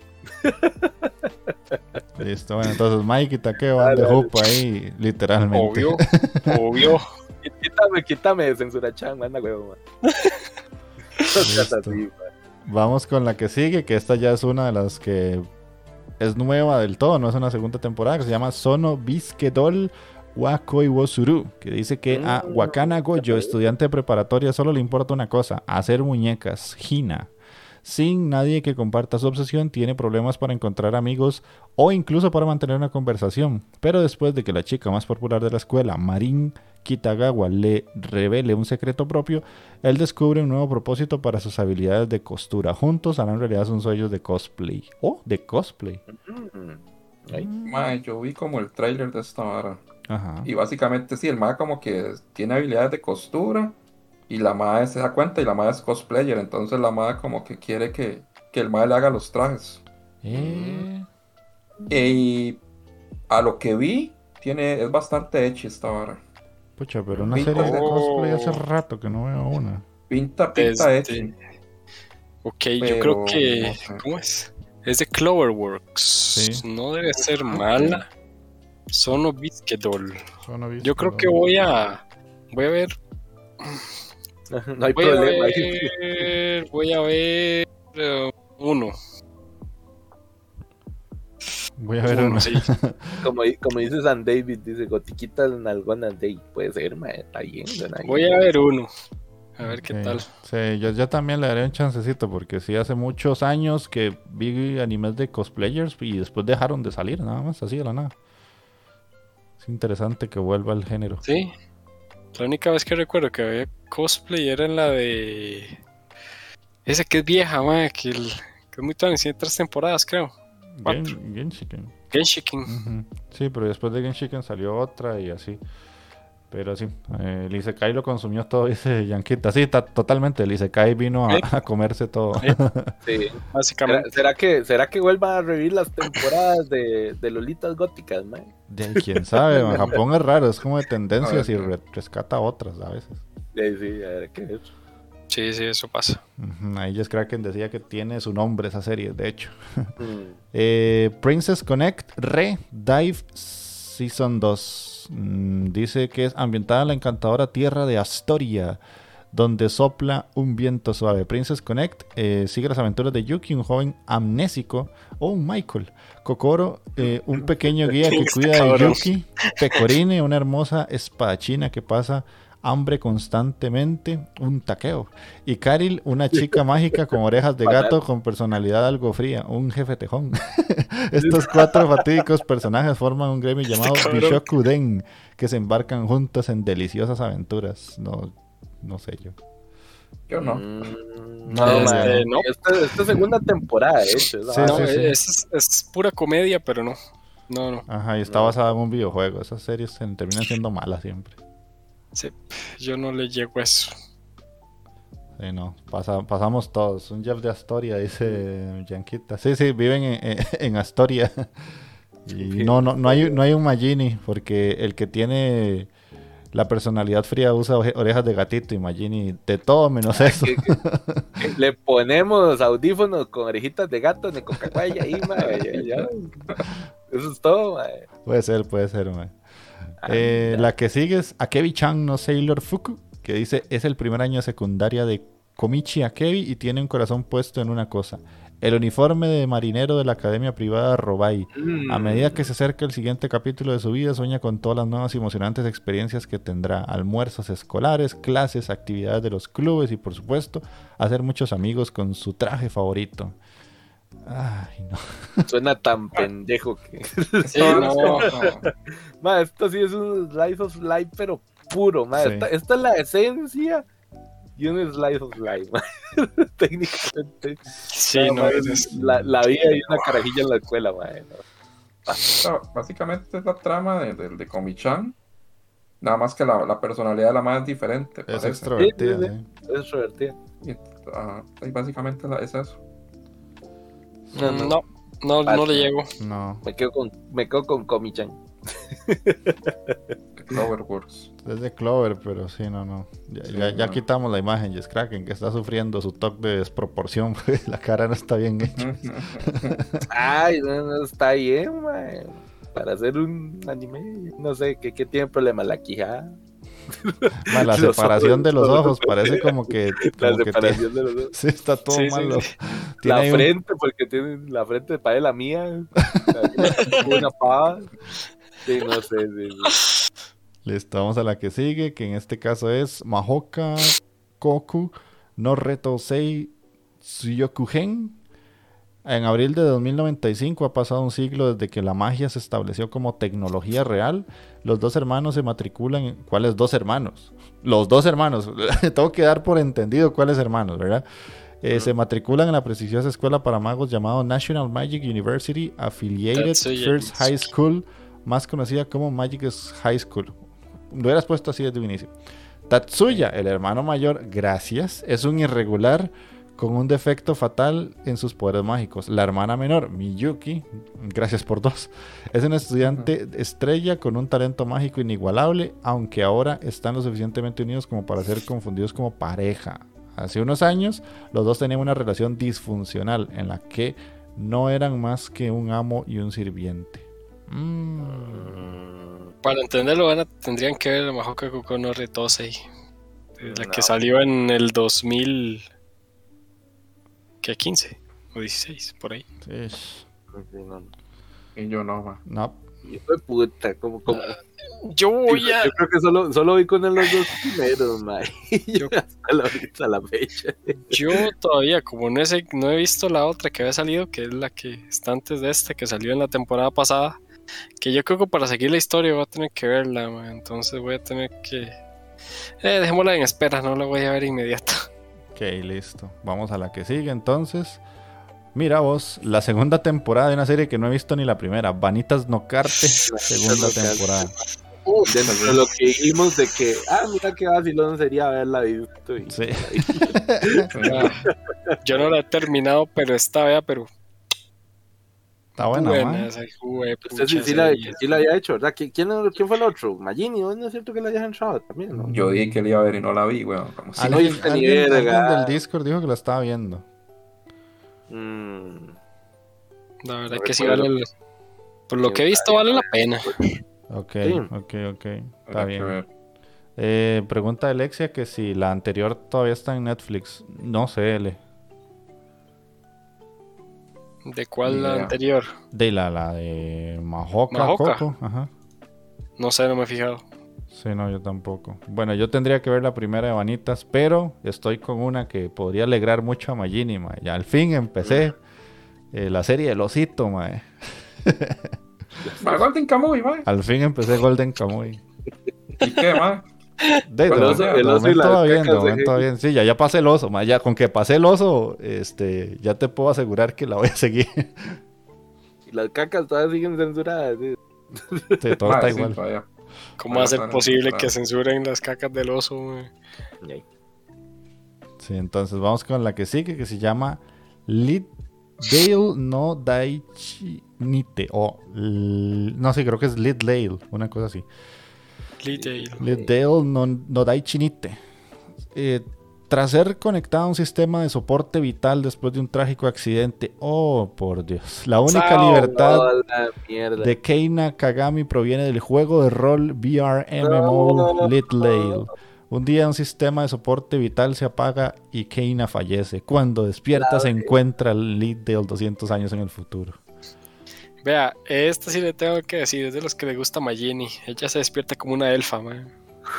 Listo, bueno, entonces Mike y Takeo van de hoop ahí, literalmente. Obvio, obvio. Quítame, quítame de censura chan, manda huevo, ma. Así, vamos con la que sigue, que esta ya es una de las que... es nueva del todo, no es una segunda temporada, que se llama Sono Biskedol Wakoi Wosuru, que dice que a Wakana Goyo, estudiante de preparatoria, solo le importa una cosa, hacer muñecas, Hina. Sin nadie que comparta su obsesión, tiene problemas para encontrar amigos o incluso para mantener una conversación. Pero después de que la chica más popular de la escuela, Marin Kitagawa, le revele un secreto propio, él descubre un nuevo propósito para sus habilidades de costura. Juntos harán realidad sus sueños de cosplay. ¡Oh! De cosplay. Mm. Mae, yo vi como el tráiler de esta vara. Ajá. Y básicamente sí, el mae como que tiene habilidades de costura y la mae se da cuenta y la mae es cosplayer. Entonces la mae como que quiere que, que el mae le haga los trajes. Eh... Y a lo que vi, tiene, es bastante hecha esta vara. Pucha, pero una pinta serie de cosplay hace rato que no veo una. Pinta, pinta este... hecha. Ok, pero yo creo que... No sé. ¿Cómo es? Es de Cloverworks. Sí. No debe ser mala. Sono Biscuit Doll. Sono Yo creo que voy a. Voy a ver. No hay Voy problema. a ver. Voy a ver. eh, uno. Voy a ver Uno, uno. sí. Como, como dice San David, dice gotiquitas en algunas de puede ser, mae, está bien. suena Voy bien. a ver uno. A ver qué Ok. tal. Sí, yo, yo también le daré un chancecito porque sí hace muchos años que vi animes de cosplayers y después dejaron de salir, nada más, así de la nada. Es interesante que vuelva el género. Sí. La única vez que recuerdo que había cosplay era en la de. Esa que es vieja, man, que, el- que es muy tan, tiene tres temporadas, creo. Gen, Cuatro. Genshiken. Genshiken. Ujú. Sí, pero después de Genshiken salió otra y así. Pero sí, eh, el Isekai lo consumió todo, dice Yanquita. Sí, ta- totalmente, el Isekai vino a, Sí. a comerse todo. Sí. Sí. ¿Será, Básicamente. será que, ¿Será que vuelva a revivir las temporadas de, de Lolitas Góticas, mae? De ahí, quién sabe, man, Japón es raro, es como de tendencias A y ver, re- rescata otras a veces. Sí, sí, a ver qué es. Sí, sí, eso pasa. Ujú, ahí Jess Kraken decía que tiene su nombre esa serie, de hecho. Mm. Eh, Princess Connect Re Dive Season dos. Mm, dice que es ambientada en la encantadora tierra de Astoria, donde sopla un viento suave. Princess Connect eh, sigue las aventuras de Yuki, un joven amnésico, o un Michael. Kokoro, eh, un pequeño guía que cuida de Cabrón. Yuki. Pecorine, una hermosa espadachina que pasa hambre constantemente, un taqueo. Y Karil, una chica mágica con orejas de gato con personalidad algo fría, un jefe tejón. Estos cuatro fatídicos personajes forman un gremio llamado cabrón. Bishoku Den, que se embarcan juntos en deliciosas aventuras. No, no sé yo. Yo no. Mm, No, no, este, mae. no. Esta, esta segunda temporada, de hecho. esa Sí, vara. No, sí, sí. Es, es pura comedia, pero no. No, no. Ajá, y está No. basada en un videojuego. Esas series se terminan siendo malas siempre. Sí, yo no le llego a eso. Sí, no, pasa- pasamos todos. Un Jeff de Astoria, dice Yanquita. Sí, sí, viven en, en- en Astoria. Y no, no, no hay, no hay un Magini, porque el que tiene la personalidad fría usa oje- orejas de gatito y Magini de todo menos eso. Que- que- que le ponemos audífonos con orejitas de gato de Coca-Cola ahí, mae, ya, ya. Eso es todo, mae. Puede ser, puede ser, man. Eh, la que sigue es Akebi-chan no Sailor Fuku, que dice es el primer año de secundaria de Komichi Akebi y tiene un corazón puesto en una cosa: el uniforme de marinero de la academia privada Robai. Mm. A medida que se acerca el siguiente capítulo de su vida, sueña con todas las nuevas y emocionantes experiencias que tendrá: almuerzos escolares, clases, actividades de los clubes y, por supuesto, hacer muchos amigos con su traje favorito. Ay, no. Suena tan pendejo que. Sí, no. Ma, esto sí es un slice of life, pero puro, ma. Sí. Esta, esta es la esencia y un slice of life, ma. Técnicamente. Sí, Ma, no. ma, es- la, la vida y una carajilla en la escuela, ma. ¿no? O sea, básicamente es la trama de, de, de Komi-chan. Nada más que la, la personalidad de la madre es diferente. Es parece. extrovertida, Sí, sí, sí. Es extrovertida. Y, ah, y básicamente la- es eso. No, no. No, no, no le llego. No, Me quedo con, me quedo con Komi-chan. De Cloverworks. es de Clover, pero sí, no, no. Ya, Sí, ya, ya no. quitamos la imagen. Jess Kraken, que está sufriendo su toque de desproporción, porque la cara no está bien hecha. Ay, no, no, está bien, ma. Para hacer un anime, no sé, ¿qué, qué tiene problema? La quijada. Ma, la Los separación ojos, de los los ojos ojos. parece como que. La Como que tiene- separación de los dos. sí, está todo Sí, sí, malo. sí. Tiene La ahí un- frente, porque tiene la frente de padre la mía. Una pava. Sí, no sé. Sí, sí. Listo, vamos a la que sigue, que en este caso es Mahoka Koku no Retosei Tsuyokugen. En abril de dos mil noventa y cinco, ha pasado un siglo desde que la magia se estableció como tecnología real. Los dos hermanos se matriculan. en- ¿Cuáles dos hermanos? Los dos hermanos. Tengo que dar por entendido cuáles hermanos, ¿verdad? Eh, Se matriculan en la prestigiosa escuela para magos llamado National Magic University Affiliated Tatsuya First High Mitsuki. School, más conocida como Magic High School. Lo hubieras puesto así desde un inicio. Tatsuya, el hermano mayor, gracias, es un irregular con un defecto fatal en sus poderes mágicos. La hermana menor, Miyuki, gracias por dos, es una estudiante estrella con un talento mágico inigualable, aunque ahora están lo suficientemente unidos como para ser confundidos como pareja. Hace unos años, los dos tenían una relación disfuncional en la que no eran más que un amo y un sirviente. Mm. Para entenderlo, van a- tendrían que ver a Mahoka Kuko no Retosei. La No. que salió en el dos mil... ¿Qué? quince o dieciséis, por ahí. Sí. Sí, no, no. Y yo no, ma. No. Hijo de puta, como, como. Yo voy a... Yo creo que solo, solo vi con él los dos primeros, mae. Yo- Hasta la, hasta la fecha. Yo todavía, como no, he, no he visto la otra que había salido, que es la que está antes de esta, que salió en la temporada pasada, que yo creo que para seguir la historia voy a tener que verla, man. Entonces voy a tener que... Eh, dejémosla en espera, no la voy a ver inmediato. Ok, listo. Vamos a la que sigue entonces. Mira vos, la segunda temporada de una serie que no he visto ni la primera. Vanitas no Carte, segunda no Carte. temporada. Dentro de lo que dijimos de que, ah, mira qué vacilón sería haberla visto. Y, Sí. Ah, yo no la he terminado, pero está vea, pero Está buena, buena man. esa jue Usted sí, pucha sí, la, serie. sí la había hecho, ¿verdad? ¿Qui- ¿Quién, ¿Quién fue el otro? Magini, ¿no es cierto que la había entrado también, no? Yo dije que le iba a ver y no la vi, weón. Como si no Alguien, viste ni alguien- verga. alguien del Discord dijo que lo estaba viendo. Mm, La verdad No que sí recuerdo. vale, la- por lo que he visto vale la pena. Ok, Sí. ok, ok. Está habrá que bien. ver. Eh, pregunta de Alexia que si la anterior todavía está en Netflix. No sé, L. ¿De cuál la Idea. anterior? De la, la de Mahoka, Mahoka. Coco. Ajá. No sé, no me he fijado. Sí, no, yo tampoco. Bueno, yo tendría que ver la primera de Vanitas, pero estoy con una que podría alegrar mucho a Magini, mae. Ya al fin empecé eh, la serie del osito, mae. Ma, Golden Kamuy, ma. Al fin empecé Golden Kamuy. ¿Y qué, ma? De, de- El oso- de el oso y momento las va bien, de cacas de momento va bien. Sí, ya, ya pasé el oso, mae. Ya con que pasé el oso, este, ya te puedo asegurar que la voy a seguir. y las cacas todavía siguen censuradas. ¿sí? Sí, todo Ma, está sí, igual. todavía. ¿Cómo Bueno, va a ser claro, posible claro. que censuren las cacas del oso, güey? Y ahí. Sí, entonces vamos con la que sigue, que se llama Lit Dale no Daichi Nite. O, l- no sé, creo que es Lit Dale, una cosa así. Little. Lit Dale no, no Daichi Nite. Eh, tras ser conectado a un sistema de soporte vital después de un trágico accidente. Oh, por Dios. La única Sao, libertad Toda la mierda. de Keina Kagami proviene del juego de rol V R M M O No. Lit Dale. Un día un sistema de soporte vital se apaga y Keina fallece. Cuando despierta se encuentra Lit Dale doscientos años en el futuro. Vea, esta sí le tengo que decir, es de los que le gusta a Magini. Ella se despierta como una elfa, man.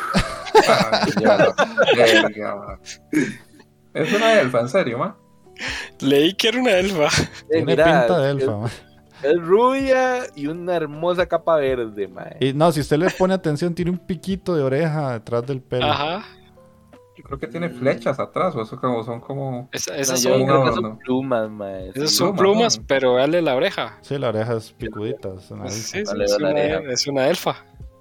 Ay, ya, verga, ma. Es una elfa, en serio, ma. Leí que era una elfa. Eh, Tiene mira, pinta de elfa, es, man. es rubia y una hermosa capa verde, mae. Y no, si usted le pone atención, tiene un piquito de oreja detrás del pelo. Ajá. Yo creo que tiene flechas atrás, o eso como son como. Esa- No, esas yo son, creo que no, son no. plumas, mae. esas Sí. son plumas, plumas, ¿no? pero dale la oreja. Sí, la oreja es picudita. Es una Pues elfa. sí, sí, Dale, es, dale, una, oreja. es una elfa.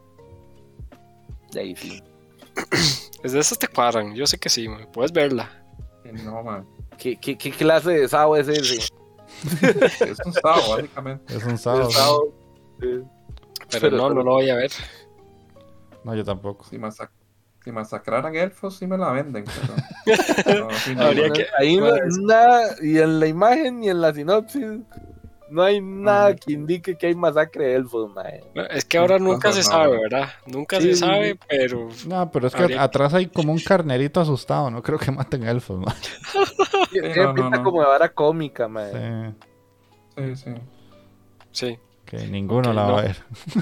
De ahí sí. Es de esas te cuadran, yo sé que sí, man. Puedes verla. No, ma. ¿Qué, qué, qué clase de sao es ese? Es un sábado, básicamente. Es un sábado. El sao, eh, Pero, Pero- no, no lo voy a ver. No, yo tampoco. Si, masac si masacraran elfos, sí me la venden. Pero... No, sí, no, Habría ma. que- Ahí no, ¿cuál es? nada, y en la imagen ni en la sinopsis, no hay nada Mm. que indique que hay masacre de elfos, mae. No, es que ahora Sí, nunca se no, sabe, no. ¿verdad? Nunca Sí, se sí, sabe, sí. pero No, pero es que Habría- atrás hay como un carnerito asustado. No creo que maten elfos, man. Tiene no, no, pinta no. como de vara cómica, mae. Sí, Sí, sí. sí. que ninguno Ok, la va no. a ver.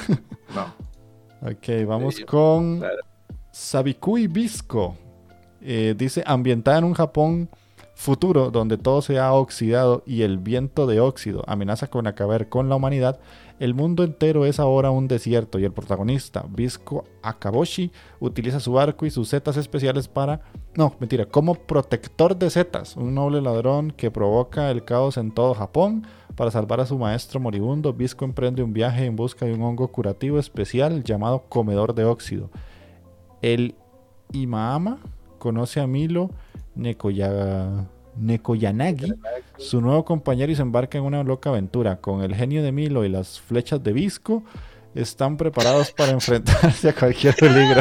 No. Ok, vamos Sí, con claro. Sabikui Bisco. Eh, dice, ambientada en un Japón futuro donde todo se ha oxidado y el viento de óxido amenaza con acabar con la humanidad, el mundo entero es ahora un desierto y el protagonista, Bisco Akaboshi, utiliza su barco y sus setas especiales para... No, mentira, como protector de setas, un noble ladrón que provoca el caos en todo Japón. Para salvar a su maestro moribundo, Bisco emprende un viaje en busca de un hongo curativo especial llamado comedor de óxido. El Imaama conoce a Milo Nekoya- Nekoyanagi, su nuevo compañero, y se embarca en una loca aventura. Con el genio de Milo y las flechas de Bisco, están preparados para enfrentarse a cualquier peligro.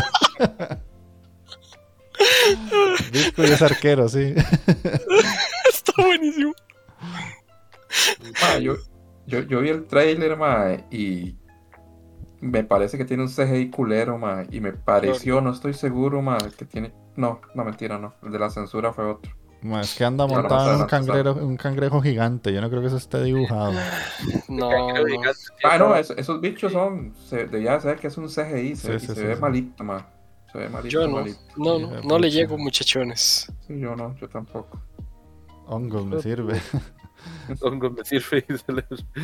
Bisco ya es arquero, sí. Está buenísimo. Ma, yo, yo, yo vi el trailer, ma, y me parece que tiene un C G I culero, ma, y me pareció, no estoy seguro, ma, que tiene... No, no, mentira, no. El de la censura fue otro. Ma, es que anda Bueno, montado más en un adelante, cangrejo, un cangrejo gigante. Yo no creo que eso esté dibujado. No, Creo que no. Ah, no, es- esos bichos son... Se, debía ser que es un C G I, se, Sí, y sí, se sí, ve sí. malito, ma. Se ve malito, Yo no, malito. no, Hija no, de no le pucha. llego, muchachones. Sí, yo no, yo tampoco. Hongo me sirve. Hongo me sirve y se les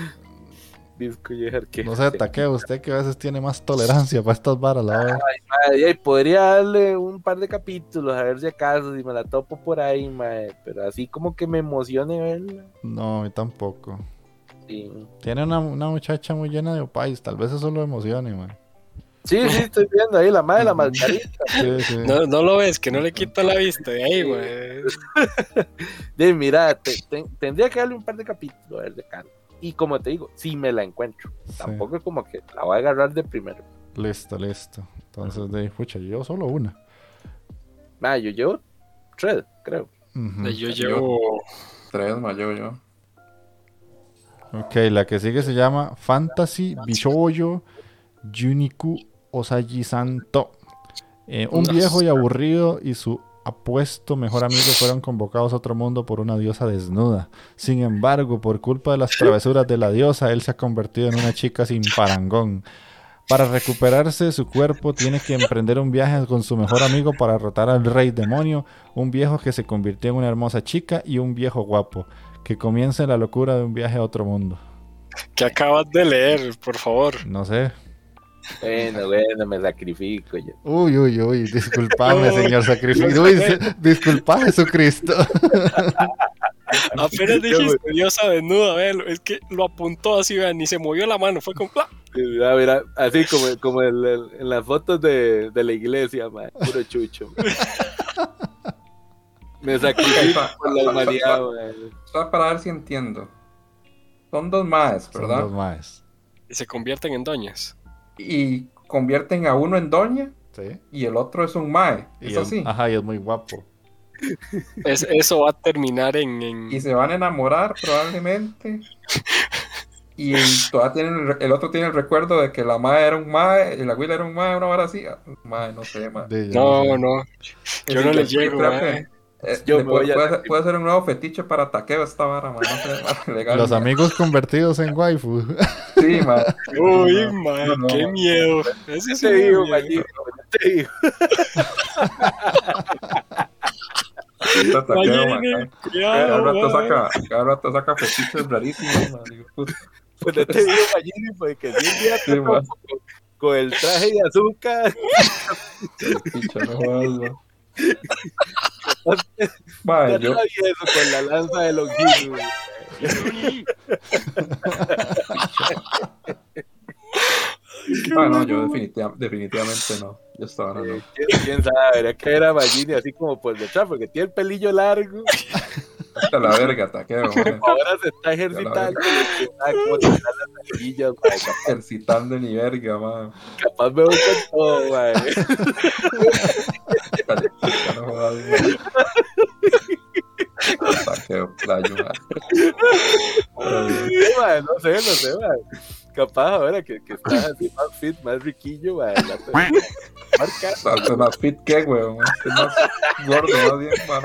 disco y dejar que. No sé, Taqueo, usted que a veces tiene más tolerancia para estas varas, la verdad. Ay, ay, podría darle un par de capítulos a ver si acaso, si me la topo por ahí, mae, pero así como que me emocione verla. No, a mí tampoco. Sí, Tiene una, una muchacha muy llena de opais, tal vez eso lo emocione, man. sí, sí, estoy viendo ahí la madre de la mascarita. Sí, sí. No, no lo ves, que no le quita la vista de ahí, güey. De, mira, te- te- tendría que darle un par de capítulos a ver de cara. Y como te digo, si me la encuentro. Sí. Tampoco es como que la voy a agarrar de primero. Listo, listo. Entonces, de pucha, yo solo una. Ah, yo llevo tres, creo. Ujú. Yo llevo. Tres, ma, yo, yo. Ok, la que sigue se llama Fantasy Bishoyo Juniku Osaji Santo. Eh, un viejo y aburrido y su apuesto mejor amigo fueron convocados a otro mundo por una diosa desnuda. Sin embargo, por culpa de las travesuras de la diosa, él se ha convertido en una chica sin parangón. Para recuperarse de su cuerpo, tiene que emprender un viaje con su mejor amigo para derrotar al rey demonio, un viejo que se convirtió en una hermosa chica y un viejo guapo, que comienza la locura de un viaje a otro mundo. ¿Qué acabas de leer, por favor? No sé. Bueno, bueno, me sacrifico yo. Uy, uy, uy, disculpame, No, señor sacrificio. no Uy, sé. se- disculpa, Jesucristo. Apenas dijiste diosa desnuda, véalo. Es que lo apuntó así, vean, ni se movió la mano, fue como. ¡plá! Mira, mira, así como, como el- el- en las fotos de, de la iglesia, man, puro chucho. Man. Me sacrifico Ok, pa- por la pa- humanidad, pa- man. Solo para ver si entiendo. Son dos maes, Son ¿verdad? dos más. Y se convierten en doñas. Y convierten a uno en doña Sí. y el otro es un mae. Y Es es- así. Ajá, y es muy guapo. Es, eso va a terminar en. en- Y se van a enamorar probablemente. Y el, todavía tienen el, re- el otro tiene el recuerdo de que la mae era un mae, y la Will era un mae, una hora así. Mae, no sé, mae. De- yo No, sé. no. Yo Sí, no le yo llego, creo mae. que, eh, Yo le me puede, voy a puede ser, sacrificar. puede ser un nuevo fetiche para taqueo esta vara, mae. No sé, mae, legal. Los amigos convertidos en waifu. Sí, mae. Uy, No, man, no, no, qué mae. miedo. Ese sí Te me da digo, miedo. Magini, te digo. Está taqueo, Magini, mae. Cada cuidado, rato mae. saca, cada rato saca fetiches rarísimos, mae. Digo, puta, Pues no te digo, Magini, porque si un día Sí, te man. topo con, con el traje de azúcar, picha, no jodas, mae. Mae, ya yo, travieso con la lanza de longitud. ah, no, yo definitiva- definitivamente no. Yo hasta ahora no. ¿Quién, quién sabe? Era que era Magini así como por detrás, porque tiene el pelillo largo. Hasta la verga, taqueo, mae. Ahora se está ejercitando. Ah, cómo te dan las nalguillas, mae. Ejercitando ni verga, mae. Capaz me voy con todo, mae. Dale, puta, no jodas, mae. Taqueo, playo, mae. Ay, Sí, mae, no sé, no sé, mae. Capaz ahora que, que estás así más fit, más riquillo, mae. La te- marca. Estás más fit que, weón. Estás más gordo, más bien para.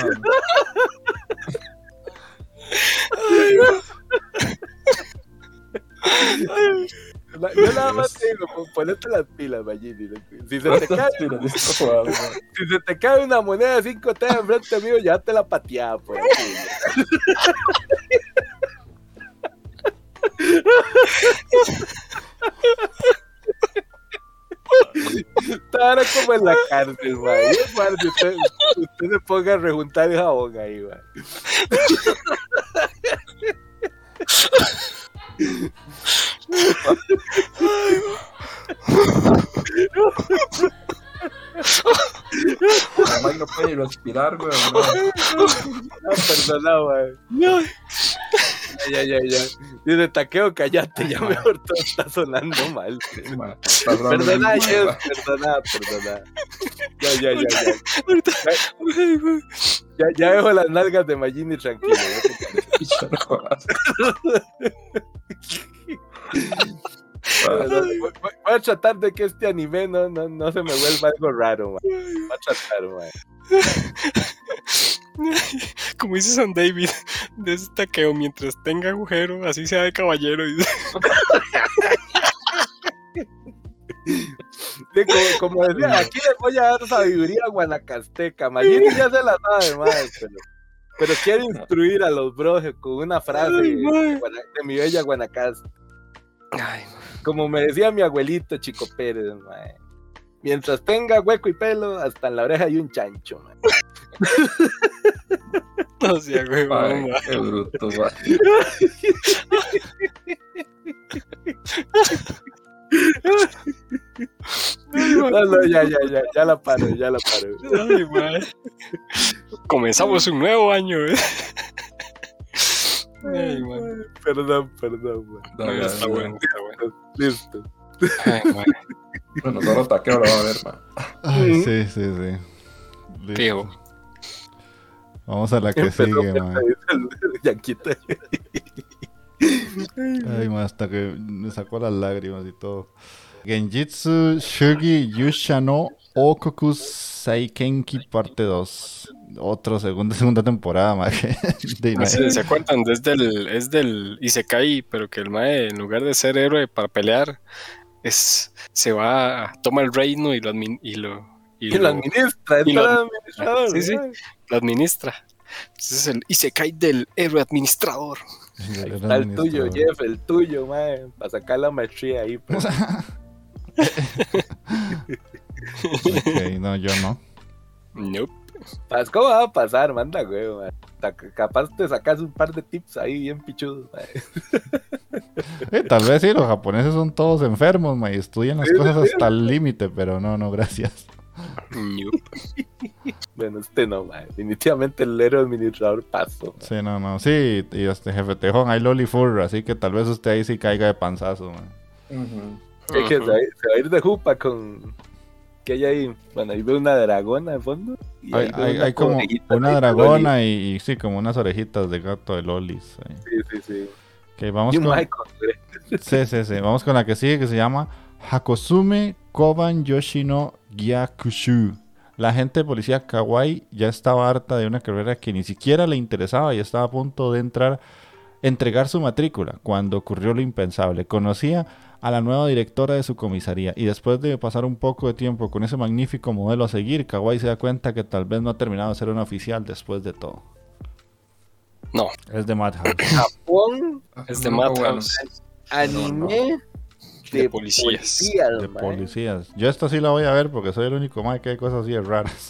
La- Yo nada más te digo, pon- ponete las pilas, Magini. Si se te cae, Mira, esto jodas, mae. si se te cae una moneda de cinco T enfrente mío, ya te la pateaba, pues. Estará como en la cárcel, man. Y es más, si usted, usted se ponga a rejuntar el jabón ahí, man. La mae no puede ni respirar, weón. No. Ah, perdona, man. No. Ya, ya, ya. Dice, Taqueo, callate, ya mejor todo está sonando mal. Mae, estás hablando Perdona, de- Jess, perdona, perdona. Ya, ya, ya, ya. Ahorita. Ya, ya dejo las nalgas de Magini tranquilo. ¿no te parece? Picha, no jodas. Voy, voy- voy a tratar de que este anime no, no, no se me vuelva algo raro, man. Voy a tratar, man. Como dice San David, de ese taqueo, mientras tenga agujero, así sea de caballero. dice. Sí, como, como decía, aquí les voy a dar sabiduría guanacasteca, man. Jenny ya se la sabe, man, pero, pero quiero instruir a los bros con una frase Ay, de, man. Guana- de mi bella Guanacaste. Ay, Como me decía mi abuelito Chico Pérez, man. Mientras tenga hueco y pelo, hasta en la oreja hay un chancho, man. no sea Ay, huevón, ma. qué bruto, ma. No, no, ya, ya, ya, ya la paro, ya la paro. Ay, ma. Comenzamos un nuevo año, ¿eh? Ay, ma. Perdón, perdón, man. No, Dale, está dale, bueno, está bueno. Listo. Ay, ma. Bueno, solo taqueo lo va a ver, ma. Ay, sí, sí, sí. Listo. Fijo. Vamos a la que Empezó sigue, man. el Yanquita. Ay, man, hasta que me sacó las lágrimas y todo. Genjitsu Shugi Yusha no Okoku Seikenki parte dos. Otro segunda, segunda temporada, man. De No sé, ¿se acuerdan? Es del, es del Isekai, pero que el mae, en lugar de ser héroe para pelear, es se va, toma el reino y lo admin- y lo, y Y lo lo- administra, es y lo todo administra. administrador. Sí, sí. ¿no? lo administra. Entonces es el Isekai del héroe administrador. Ahí está el tuyo, Jeff, el tuyo, man. Para sacar la maestría ahí. Pues. Ok, no, yo no. Nope. Pues, ¿cómo va a pasar? Manda, güey, man. Ta- Capaz te sacas un par de tips ahí bien pichudos, man. Eh, tal vez sí, los japoneses son todos enfermos, man, y estudian las Sí, cosas sí, hasta el límite, pero no, no, gracias. Nope. Bueno, este no, man. Definitivamente el héroe administrador pasó. Sí, no, no, sí, y este jefe tejón, hay lolifur, así que tal vez usted ahí sí caiga de panzazo, man. Ujú. Es que se va, a ir, se va a ir de jupa con. Que hay ahí. Bueno, ahí ve una dragona de fondo. y Hay, ahí ve hay, una hay como conejita una ahí de dragona y, y sí, como unas orejitas de gato de lolis. ahí. Loli. Sí, sí, sí. Ok, vamos Y un con... Michael, güey. Sí, sí, sí. Vamos con la que sigue, que se llama Hakosume Koban Yoshino Gyakushu. La agente de policía Kawaii ya estaba harta de una carrera que ni siquiera le interesaba y estaba a punto de entrar, entregar su matrícula cuando ocurrió lo impensable. Conocía a la nueva directora de su comisaría y después de pasar un poco de tiempo con ese magnífico modelo a seguir, Kawaii se da cuenta que tal vez no ha terminado de ser una oficial después de todo. No, Es de Madhouse. Japón, es de No, bueno. Madhouse. anime De de policías. policías, De man. policías. Yo esta sí la voy a ver porque soy el único más que hay cosas así de raras.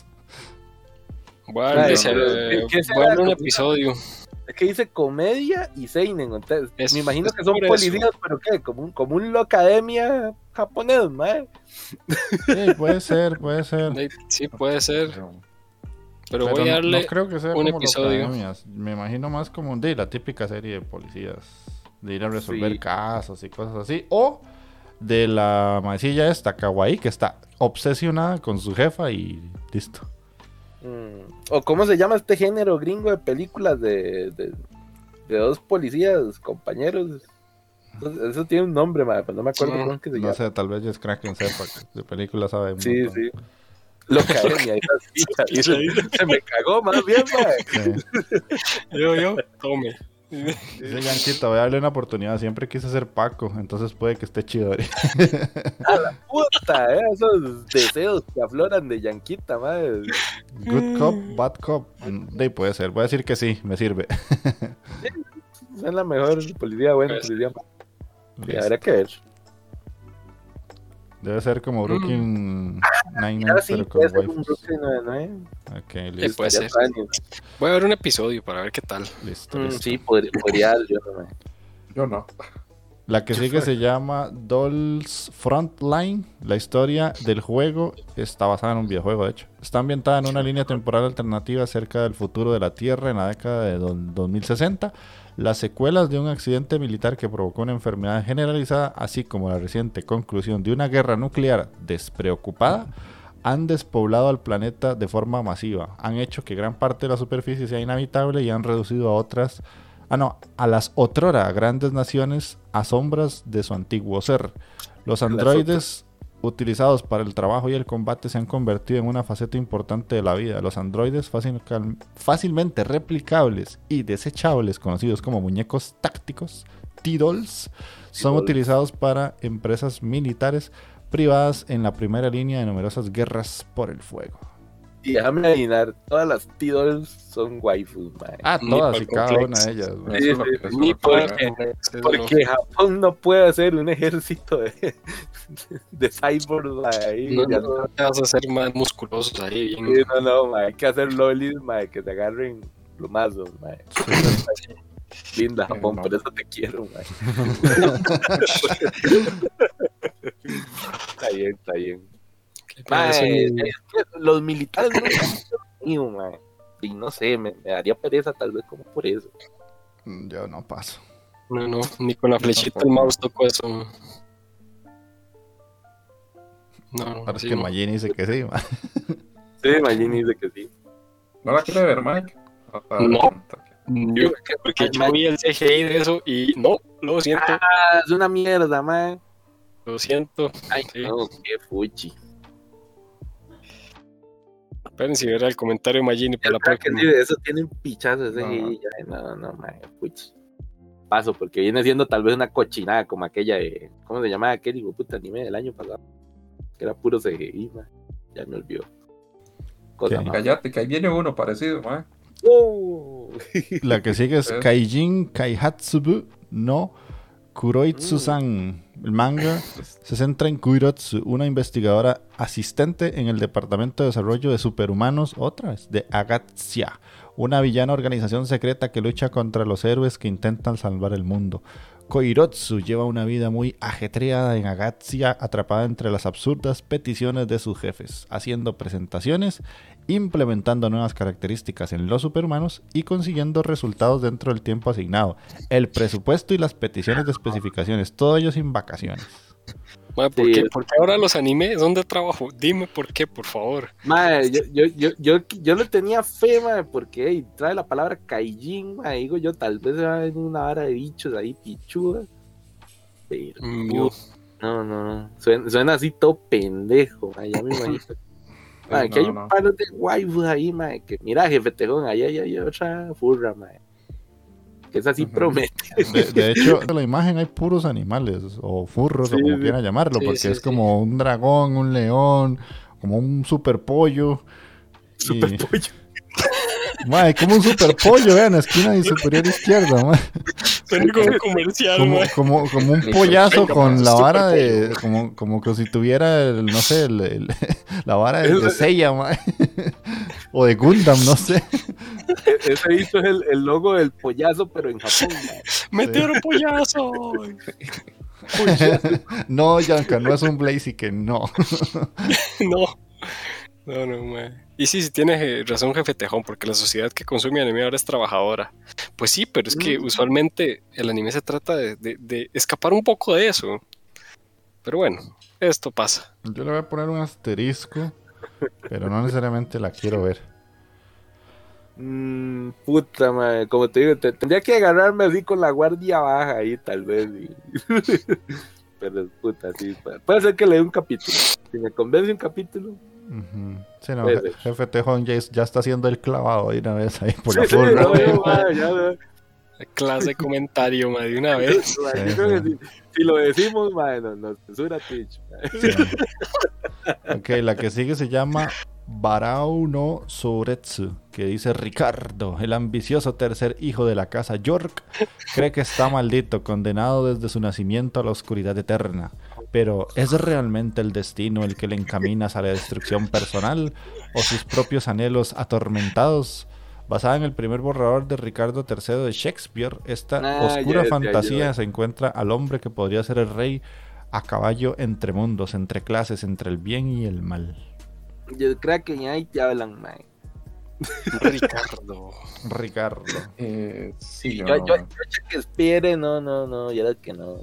Voy a Ay, darle, no, ese- ¿qué- qué voy a darle será? un episodio. Es que dice comedia y seinen, entonces Es- me imagino es que son por eso. policías, pero ¿qué? Como un, como un academia japonés, man. Sí, puede ser, puede ser. Sí, puede ser. Pero- Pero, Pero voy a no- darle. no creo que sea un como episodio. academias. Me imagino más como de la típica serie de policías. De ir a resolver Sí. casos y cosas así. O de la maecilla esta, Kawaii, que está obsesionada con su jefa y listo. Mm. O cómo se llama este género gringo de películas de, de, de dos policías, compañeros. Eso, eso tiene un nombre, man, pero no me acuerdo Sí. cómo es que se No llama. sé, tal vez Jess Kraken sepa que de películas sabe un Sí, montón. sí. Lo academia, ahí está, ahí se, se me cagó más bien, man. Sí. Yo, yo, tome. Dice Yanquita, voy a darle una oportunidad. Siempre quise ser Paco, entonces puede que esté chido. Puta, eh, esos deseos que afloran de Yanquita, man. Good cop, bad cop. De ahí puede ser. Voy a decir que sí, me sirve. Es la mejor policía, buena Pues, policía. Sí, Listo. habrá que ver. Debe ser como Brooklyn Nine-Nine, Ahora sí, pero con puede ser un waifus. Brooklyn Nine-Nine. Ok, Sí, listo. puede ser. Estaría funny. Voy a ver un episodio para ver qué tal. listo, Mm, listo. sí, podría, podría yo no me- Yo no. La que sigue se llama Dolls Frontline. La historia del juego está basada en un videojuego, de hecho. Está ambientada en una línea temporal alternativa acerca del futuro de la Tierra en la década de do- dos mil sesenta. Las secuelas de un accidente militar que provocó una enfermedad generalizada, así como la reciente conclusión de una guerra nuclear despreocupada, han despoblado al planeta de forma masiva. Han hecho que gran parte de la superficie sea inhabitable y han reducido a otras Ah, no, a las otrora grandes naciones a sombras de su antiguo ser. Los androides utilizados para el trabajo y el combate se han convertido en una faceta importante de la vida. Los androides fácil, fácilmente replicables y desechables, conocidos como muñecos tácticos, T-Dolls, son utilizados para empresas militares privadas en la primera línea de numerosas guerras por el fuego. Y déjame adivinar, todas las T-Dolls son waifus, mae. Ah, todas y cada una de ellas. Sí, sí, sí, ni porque, porque Japón no puede hacer un ejército de, de cyborgs ahí. No, no, no te vas a hacer más musculosos ahí. Bien. Sí, no, no, mae, hay que hacer lolis, mae, que te agarren plumazos, mae. Linda Japón, no. Por eso te quiero, mae. Está bien, está bien. Mae, es que los militares no mío, mae. Y no sé, me, me daría pereza tal vez como por eso. Yo no paso. No, no, ni con la flechita del mouse tocó eso. No, Ahora sí, es que no. Magini dice que sí, man. Sí, Magini dice que sí. ¿No la quiere ver, Mike? No. Yo, porque yo vi el C G I de eso y no, lo siento. Ah, es una mierda, mae. Lo siento. Ay, sí. no, qué fuchi. Espérense ver el comentario de Magini para la próxima. Sí, eso tiene un pichazo ese No. y ya, no, no, mae, fuchi. Paso, porque viene siendo tal vez una cochinada como aquella de, ¿cómo se llamaba aquel hijo puta anime del año pasado? Que era puro C G I, mae. Ya me olvidó. Cosa más. Cállate, que ahí viene uno parecido, Mike. Oh. La que sigue es Es- Kaijin Kaihatsubu no Kuroitsu-san. El manga se centra en Kuirotsu, una investigadora asistente en el Departamento de Desarrollo de Superhumanos, otra vez, de Agatsya, una villana organización secreta que lucha contra los héroes que intentan salvar el mundo. Koirotsu lleva una vida muy ajetreada en Agatsya, atrapada entre las absurdas peticiones de sus jefes, haciendo presentaciones, implementando nuevas características en los superhumanos y consiguiendo resultados dentro del tiempo asignado. El presupuesto y las peticiones de especificaciones, todo ello sin vacaciones. Madre, ¿por, Sí. qué? ¿Por qué ahora los animes son de trabajo? Dime por qué, por favor. Mae, yo, yo, yo, yo, yo le tenía fe, mae, porque hey, trae la palabra Kaijin, mae, digo yo, tal vez va a venir una vara de bichos ahí pichuda. Pero, Mm, uf, no, no, no, suena, suena así todo pendejo, mae, ya me imagino. Mae, Sí, que hay no, un no. par de waifus ahí, mae, que mira, jefe tejón, ahí hay, hay otra furra, mae, que es así Ujú. promete. De, de hecho, en la imagen hay puros animales, o furros, Sí, o como sí. quieran llamarlo, Sí, porque sí, es sí. como un dragón, un león, como un super pollo. Super Y- pollo. Mae, como un super pollo, vean, esquina y superior izquierda, mae. Suena como un comercial, Como, mae. como, como un pollazo con la vara de. Como, como que si tuviera, el, no sé, el, el- la vara de, de Seiya, mae. O de Gundam, no sé. E- Ese hizo el, el logo del pollazo, pero en Japón, mae. ¡Metieron pollazo! No, Yanka, no es un Blaziken, no. No. No, no, mae. Y sí, sí tienes eh, razón, jefe Tejón, porque la sociedad que consume anime ahora es trabajadora. Pues sí, pero es que Mm. usualmente el anime se trata de, de- de escapar un poco de eso. Pero bueno, esto pasa. Yo le voy a poner un asterisco, pero no necesariamente la quiero ver. Mm, puta madre, como te digo, te- tendría que agarrarme así con la guardia baja ahí, tal vez. y- Pero puta, sí, puede, puede ser que le dé un capítulo. Si me convence un capítulo. Ujú. Sí, no, Puede je- ser. jefe Tejón ya, es- ya está haciendo el clavado de una vez ahí por Sí, la sí, furra. no, no, madre, ya, no. Clase de comentario, mae, de una vez. Madre, Sí, yo creo sí. que si, si lo decimos, madre, nos, nos censura Twitch. madre. Sí. Ok, la que sigue se llama Barao no Souretsu, que dice Ricardo, el ambicioso tercer hijo de la casa York, cree que está maldito, condenado desde su nacimiento a la oscuridad eterna. Pero, ¿es realmente el destino el que le encamina hacia la destrucción personal o sus propios anhelos atormentados? Basada en el primer borrador de Ricardo tercero de Shakespeare, esta Ah, oscura ya decía fantasía yo. se encuentra al hombre que podría ser el rey a caballo entre mundos, entre clases, entre el bien y el mal. Yo creo que ya ahí te hablan, madre. Ricardo. Ricardo. Eh, sí, Yo, yo, yo, yo, que espere, no, no, no, ya que no.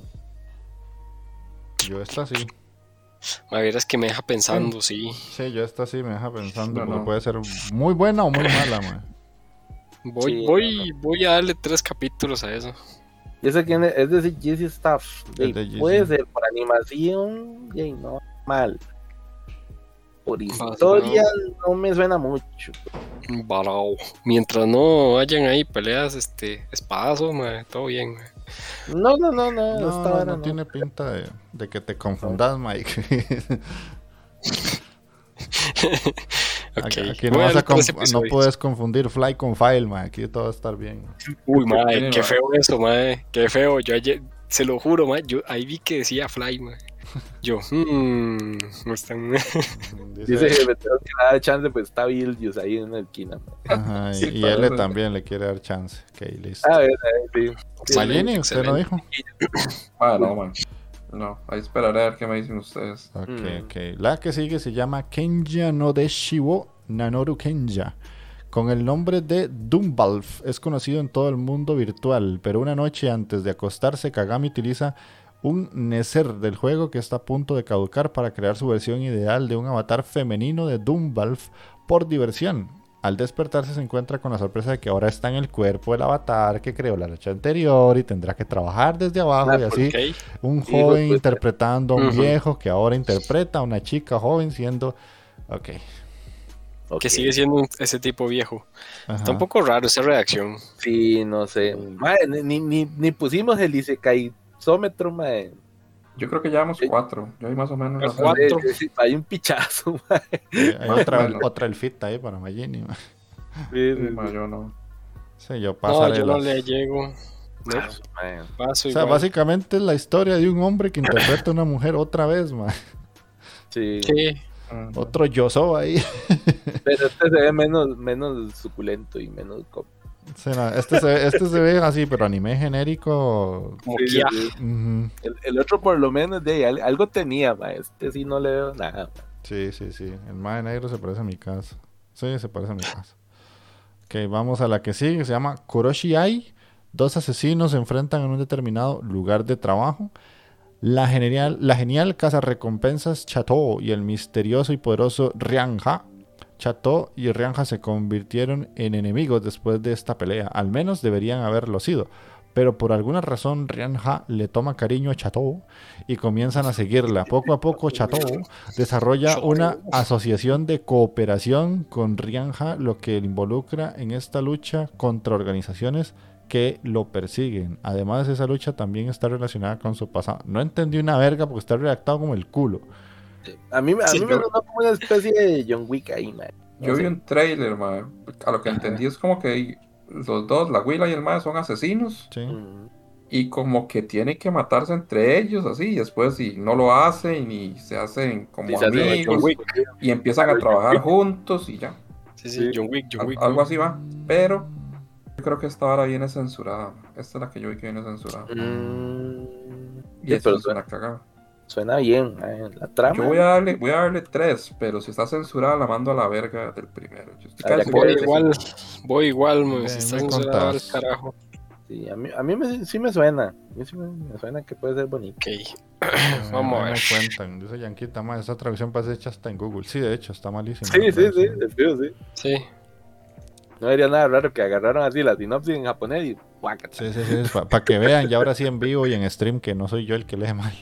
Yo esta sí. A ver, es que me deja pensando, sí. Sí, yo esta sí me deja pensando, No, porque no. puede ser muy buena o muy mala, man. Voy, Sí, voy, voy a darle tres capítulos a eso. Y ese tiene, es decir, G C Staff. Es Y de G C. puede ser por animación, y no mal. Por historia no me suena mucho. Barao. Mientras no hayan ahí peleas, este, espadazo, mae, todo bien, mae. No, no, no, no. No, esta no, vara no no. tiene pinta de, de que te confundas, Mike. Ok, Aquí, aquí no, voy a vas a darle tres conf- no episodios. puedes confundir Fly con File, Mike. Aquí todo va a estar bien. Uy, mae, Qué qué feo. feo eso, mae. Qué feo. Yo ayer, se lo juro, mae, yo ahí vi que decía Fly, mae. Yo, mmm, no están. Dice que me tengo que dar chance, pues está Beetlejuice ahí en la esquina. man. Ajá, y, Sí, y para L eso. también le quiere dar chance. Ok, listo. A ver, a ver, sí. Magini, ¿usted no excelente. dijo? Ah, no, man. No, ahí esperaré a ver qué me dicen ustedes. Ok, Mm. ok. La que sigue se llama Kenja no Deshiwo Nanoru Kenja. Con el nombre de Doombalf. Es conocido en todo el mundo virtual. Pero una noche antes de acostarse, Kagami utiliza un Neser del juego que está a punto de caducar para crear su versión ideal de un avatar femenino de Doombalf por diversión. Al despertarse se encuentra con la sorpresa de que ahora está en el cuerpo del avatar que creó la noche anterior y tendrá que trabajar desde abajo Ah, y así Ok. un Sí, joven pues, interpretando a un Ujú. viejo que ahora interpreta a una chica joven siendo... Ok. Ok. Que sigue siendo un- ese tipo viejo. Ajá. Está un poco raro esa redacción. Sí, no sé. Madre, ni, ni, ni pusimos el isekai-sómetro, madre. Yo creo que llevamos Sí. cuatro. Yo ahí más o menos. Pero no sé. cuatro. Sí, sí, hay un pichazo, madre. Eh, hay Más otra, o menos. otra elfita ahí para Magini. ma. Sí, Sí, sí, man, yo no. Sí, yo No, pasaré yo no las- le llego. No, Pichazo, madre. paso O sea, igual. básicamente es la historia de un hombre que interpreta a una mujer otra vez, ma. Sí. Sí. Mm. Otro yoso ahí. Pero este se ve menos, menos suculento y menos... co- O sea, este, se, ve- este se ve así, pero anime genérico. Como Sí, Kia. sí. Ujú. El, el otro por lo menos de ahí, al- algo tenía, madre. Este sí no le veo nada. madre. Sí, sí, sí. El mae negro se parece a mi casa. Sí, se parece a mi casa. Ok, vamos a la que sigue. Se llama Kuroshi Ai. Dos asesinos se enfrentan en un determinado lugar de trabajo. La genial, la genial cazarrecompensas Chateau y el misterioso y poderoso Ryanja. Chateau y Ryanja se convirtieron en enemigos después de esta pelea. Al menos deberían haberlo sido. Pero por alguna razón Ryanja le toma cariño a Chateau y comienzan a seguirla. Poco a poco Chateau desarrolla una asociación de cooperación con Ryanja, lo que le involucra en esta lucha contra organizaciones que lo persiguen. Además, esa lucha también está relacionada con su pasado. No entendí una verga porque está redactado como el culo. A mí, a Sí, mí me yo- sonó como una especie de John Wick ahí, madre. No Yo sé. vi un trailer, man. A lo que entendí es como que los dos, la Willa y el mae, son asesinos. ¿Sí? Mm. Y como que tienen que matarse entre ellos, así. Y después, si no lo hacen y se hacen como Sí, se hace amigos. John Wick. Y empiezan a trabajar juntos y ya. Sí, sí, Sí. John Wick, John Al- Wick. algo así va. Pero yo creo que esta hora viene censurada. Esta es la que yo vi que viene censurada. Mm. Y Sí, eso pero es suena, una cagada. suena bien, madre. La trama. Yo voy a darle, voy a darle tres, pero si está censurada la mando a la verga del primero. Yo estoy Ah, casi ya, seguro Voy que igual, sí. voy igual, man. Ok, Si me está censurado al contás. carajo. Sí, a mí, a mí me, sí me suena. A mí sí me, me suena que puede ser bonito. Ok. Ahí Vamos a ver. me cuentan. Dice Yanquita, ma, esa traducción parece hecha hasta en Google. Sí, de hecho, está malísima. Sí, la sí, sí, traducción. es feo, sí. Sí. No sería nada raro que agarraron así la sinopsis en japonés y guácata. Sí, sí, sí, para que vean, ya ahora sí en vivo y en stream, que no soy yo el que lee mal.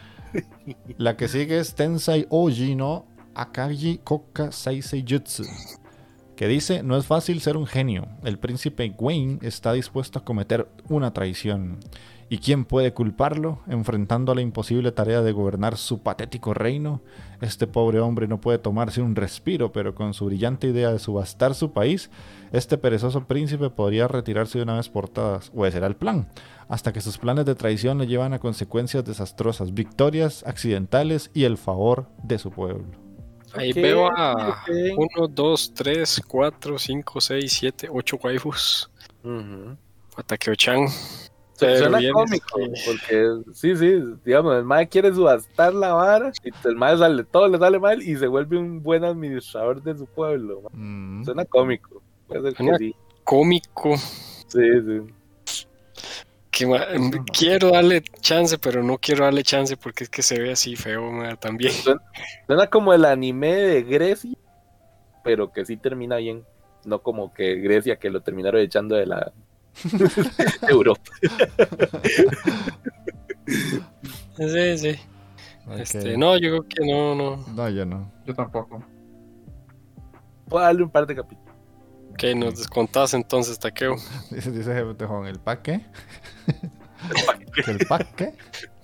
La que sigue es Tensai Oji no Akagi Koka Seisei Jutsu, que dice: no es fácil ser un genio. El príncipe Wayne está dispuesto a cometer una traición. ¿Y quién puede culparlo? Enfrentando a la imposible tarea de gobernar su patético reino, este pobre hombre no puede tomarse un respiro, pero con su brillante idea de subastar su país, este perezoso príncipe podría retirarse de una vez por todas, o ese era el plan, hasta que sus planes de traición le llevan a consecuencias desastrosas, victorias accidentales y el favor de su pueblo. Ahí Ok, veo a ok. uno, dos, tres, cuatro, cinco, seis, siete, ocho waifus. Ujú. Ataque-chan. Su- Pero Suena bien, cómico, este, porque sí, sí, digamos, el mae quiere subastar la vara y el mae sale, todo le sale mal y se vuelve un buen administrador de su pueblo. mae. Mm. Suena cómico, puede ser que Suena- sí. Cómico. Sí, sí. Que, ma- quiero darle chance, pero no quiero darle chance porque es que se ve así feo, ma, también. Suena, suena como el anime de Grecia, pero que sí termina bien. no como que Grecia que lo terminaron echando de la de Europa. Sí, sí. Ok. Este, no, yo creo que no, no. No, yo no. Yo tampoco. Puedo darle un par de capítulos. Ok, nos descontás entonces, Taqueo. Dice, dice Jefe Tejón, ¿el pack qué? ¿El pack qué?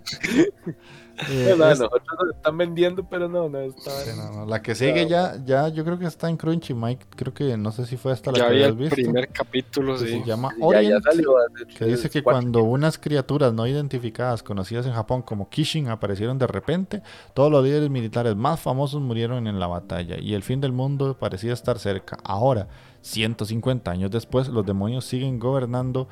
Eh, No, no, es- nosotros nos están vendiendo, pero no, no está. sí, no, no, la que sigue ya, ya, yo creo que está en Crunchy, Mike. Creo que no sé si fue hasta la Ya que vi habías el visto. primer capítulo, Que sí. se llama Ya, ya Orient. salió. de hecho, Que dice que cuatro. cuando unas criaturas no identificadas conocidas en Japón como Kishin aparecieron de repente, todos los líderes militares más famosos murieron en la batalla y el fin del mundo parecía estar cerca. Ahora, ciento cincuenta años después, los demonios siguen gobernando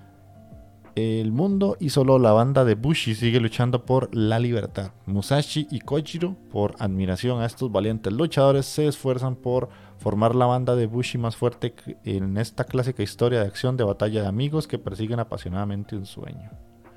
el mundo y solo la banda de Bushi sigue luchando por la libertad. Musashi y Kojiro, por admiración a estos valientes luchadores, se esfuerzan por formar la banda de Bushi más fuerte en esta clásica historia de acción de batalla de amigos que persiguen apasionadamente un sueño.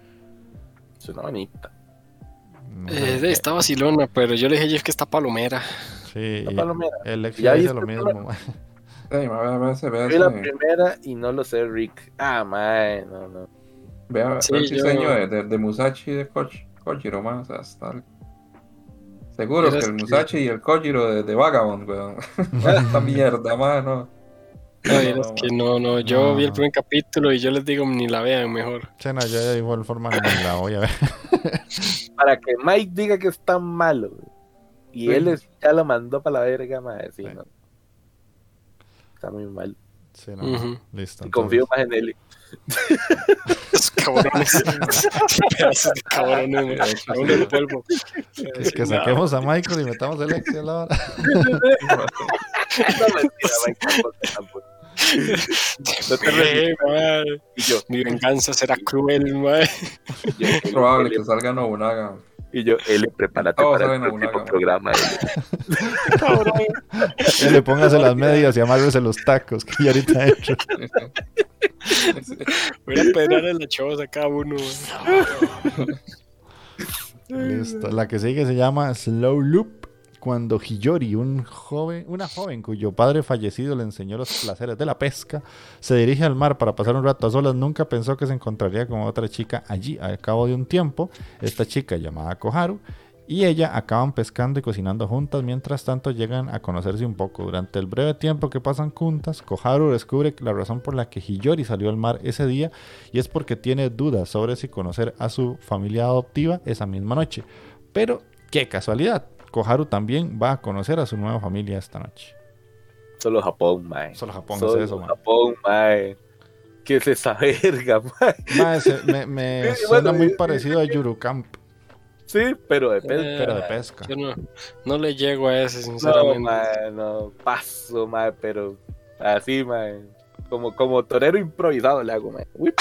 Suena bonita. No Eh, sé sí, qué- está vacilona, pero yo le dije a Jeff que está palomera. Sí, La y palomera. el ex ¿Ya dice viste lo la mismo. palomera? Ey, ma, vea, vea ese, vea Vi la ese, primera y no lo sé, Rick. Ah, mae, no, no. vea, Sí, vea el yo- diseño de, de, de Musashi y de Koji- Kojiro, man, o sea, está seguro que Vieras el que- Musashi y el Kojiro de, de Vagabond, weón. Esta mierda, mano. No, vieras que no, no, yo No, vi el no. primer capítulo y yo les digo ni la vean mejor. Sí, no, yo de igual forma ni la voy a ver. Para que Mike diga que está malo. Y Sí. él es- ya lo mandó para la verga, mae. Sí, Sí. no. Está muy mal. Sí, no, Ujú. listo. Y confío entonces. más en él. Esos cabrones. Pedazos de cabrones, man. Aún no lo vuelvo. Es que saquemos a Michael y metamos el ex a la hora. No, mentira, Mike, tampoco, tampoco. No te Eh, man. Y yo, Mi venganza será cruel, man. y yo, Es probable L, que salga Nobunaga. y yo, L, prepárate Todos para el saben próximo Nobunaga. programa. L. Cabrón. Y le póngase las medias y amárrese los tacos que ya ahorita he hecho. Voy a pedrar en la choza cada uno, man. Listo. La que sigue se llama Slow Loop. Cuando Hiyori, un joven, una joven cuyo padre fallecido le enseñó los placeres de la pesca, se dirige al mar para pasar un rato a solas, nunca pensó que se encontraría con otra chica allí. Al cabo de un tiempo, esta chica llamada Koharu y ella acaban pescando y cocinando juntas. Mientras tanto llegan a conocerse un poco. Durante el breve tiempo que pasan juntas, Koharu descubre la razón por la que Hiyori salió al mar ese día y es porque tiene dudas sobre si conocer a su familia adoptiva esa misma noche. Pero qué casualidad, Koharu también va a conocer a su nueva familia esta noche. Solo Japón, mae. Solo Japón Solo hace eso, man. Japón, mae. ¿Qué es esa verga, mae? Mae, se- me, me Sí, suena bueno, muy y- parecido a Yurocamp, Sí, pero de pedo. Eh, pero de pesca. Yo no, no le llego a ese, No, sinceramente. mae, no. Paso, mae, pero así, mae. Como, como torero improvisado le hago, mae. Uy.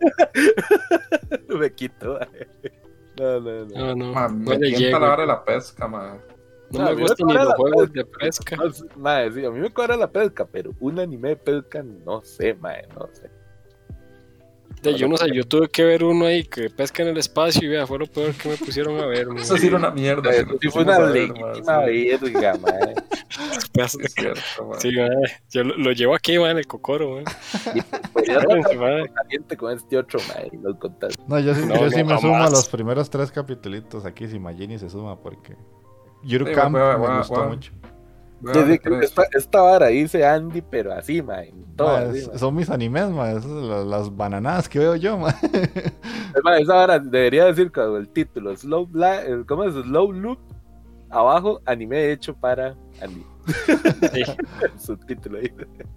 Me quito, mae. No, no, no. No, no, Ma, no me le tienta llego. la hora de la pesca, man. No No, a me mí gustan me ni cuadra los la juegos pesca. de pesca. No, sí, mae, sí, a mí me cuadra la pesca, pero un anime de pesca, no sé, mae, no sé. De, yo no sé, yo tuve que ver uno ahí que pesca en el espacio y vea, fue lo peor que me pusieron a ver. man. Eso sí era una mierda. que Eso nos sí fue pusimos una a ver, ma, legítima sí. verga, mae. Pedazos de Es cierto, man. Sí, man, yo lo, lo llevo aquí, man, en el cocoro, man. Podría Espérense, estar man. caliente con este otro, mae, y nos contas. No, yo sí, No, yo sí no, me sumo a jamás. los primeros tres capitulitos aquí, si Magini se suma, porque Sí, Yurocamp voy a- me voy a- gustó voy a- mucho. Voy a ver Desde que tres. esta, esta vara dice Andy, pero así, mae. Todo Ma, así, es- mae. son mis animes, ma, esas son las, las bananadas que veo yo, ma. Es más, esa vara debería decir como el título, Slow Bla- eh, ¿cómo es? Slow Loop, abajo, anime hecho para Andy. Sí. Subtítulo ahí.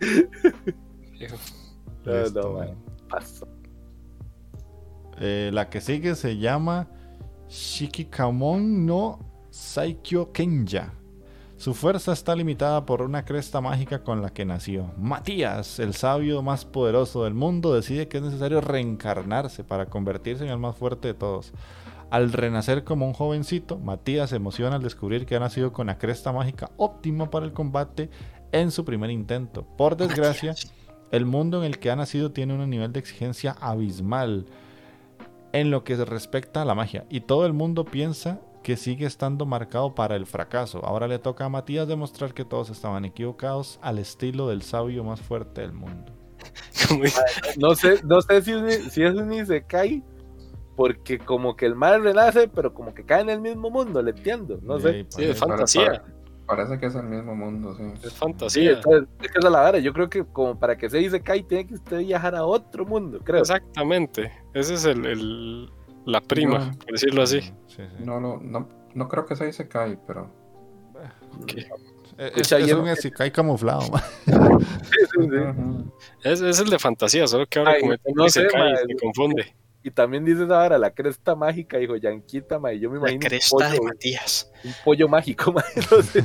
No, Listo, no, ma. mae. Paso. Eh, la que sigue se llama Shikikamon no Saikyo Kenja. Su fuerza está limitada por una cresta mágica con la que nació. Matías, el sabio más poderoso del mundo, decide que es necesario reencarnarse para convertirse en el más fuerte de todos. Al renacer como un jovencito, Matías se emociona al descubrir que ha nacido con la cresta mágica óptima para el combate en su primer intento. Por desgracia, el mundo en el que ha nacido tiene un nivel de exigencia abismal en lo que respecta a la magia, y todo el mundo piensa que sigue estando marcado para el fracaso. Ahora le toca a Matías demostrar que todos estaban equivocados al estilo del sabio más fuerte del mundo. No sé, no sé si, un- si es un isekai, porque como que el mal renace, pero como que cae en el mismo mundo, le entiendo, no Y sé. ahí, Sí, pues, es fantasía. Parece que es el mismo mundo, sí. Es Sí, fantasía. entonces, es que esa es la vara. Yo creo que como para que se isekai tiene que usted viajar a otro mundo, creo. Exactamente. Ese es el, el- la prima, No. por decirlo así. Sí, sí. No, lo, no, no creo que se dice Kai, pero Es, Escucha, es y un es- isekai camuflado, ma. Sí, sí, sí. Ujú. Es, es el de fantasía, solo que ahora Ay, como no no se sé, cae ma, y se confunde. Y también dice esa vara, la cresta mágica, dijo Yanquita, ma, y yo me La imagino un cresta de pollo, Matías. un pollo mágico, ma, no sé.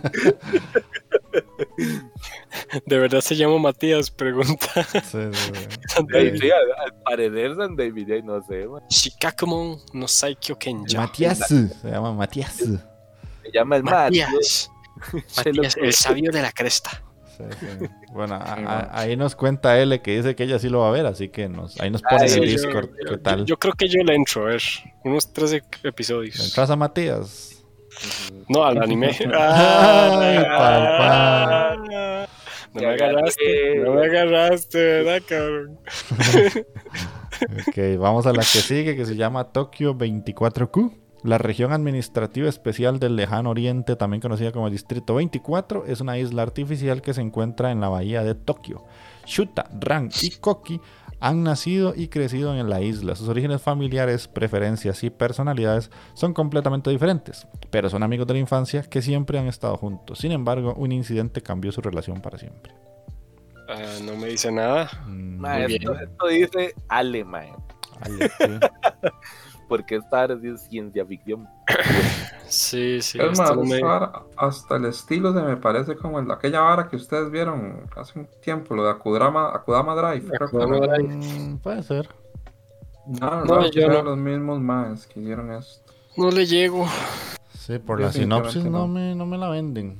¿De verdad se llama Matías? Pregunta. Sí, sí, sí. San Ay, David. sí, al, al parecer San David, ay, no sé, ma. Shikakumon no Saikyo Kenja. Matías, se llama Matías. Sí, Se llama el mar. Matías. Matías, el sabio de la cresta. sí. Bueno, a- Sí, a- bueno. ahí nos cuenta L que dice que ella sí lo va a ver, así que nos, ahí nos pone Ay, en el sí, yo- Discord yo, qué tal. Yo, yo creo que yo le entro, a ver, unos tres e- episodios. ¿Entras a Matías? No, al anime. Ay, papá. No Te me agarraste, agarré. no me agarraste, ¿verdad, cabrón? Ok, vamos a la que sigue, que se llama Tokio veinticuatro Q. La región administrativa especial del lejano oriente, también conocida como Distrito veinticuatro, es una isla artificial que se encuentra en la bahía de Tokio. Shuta, Ran y Koki han nacido y crecido en la isla. Sus orígenes familiares, preferencias y personalidades son completamente diferentes, pero son amigos de la infancia que siempre han estado juntos. Sin embargo, un incidente cambió su relación para siempre. Ah, no me dice nada. Mm, Ma, Muy esto, bien. esto dice Ale, ma, ay, sí. porque esta vara sí es ciencia ficción. Sí, sí. es esto más, no me- esa vara, hasta el estilo se me parece como el de aquella vara que ustedes vieron hace un tiempo, lo de Akudama, Akudama Drive. Creo que Akudama era. Drive. Mm, puede ser. No, No, no, yo sean no. los mismos más que hicieron esto. no le llego. Sí, por Yo la sinopsis definitivamente no no. me, no me la venden.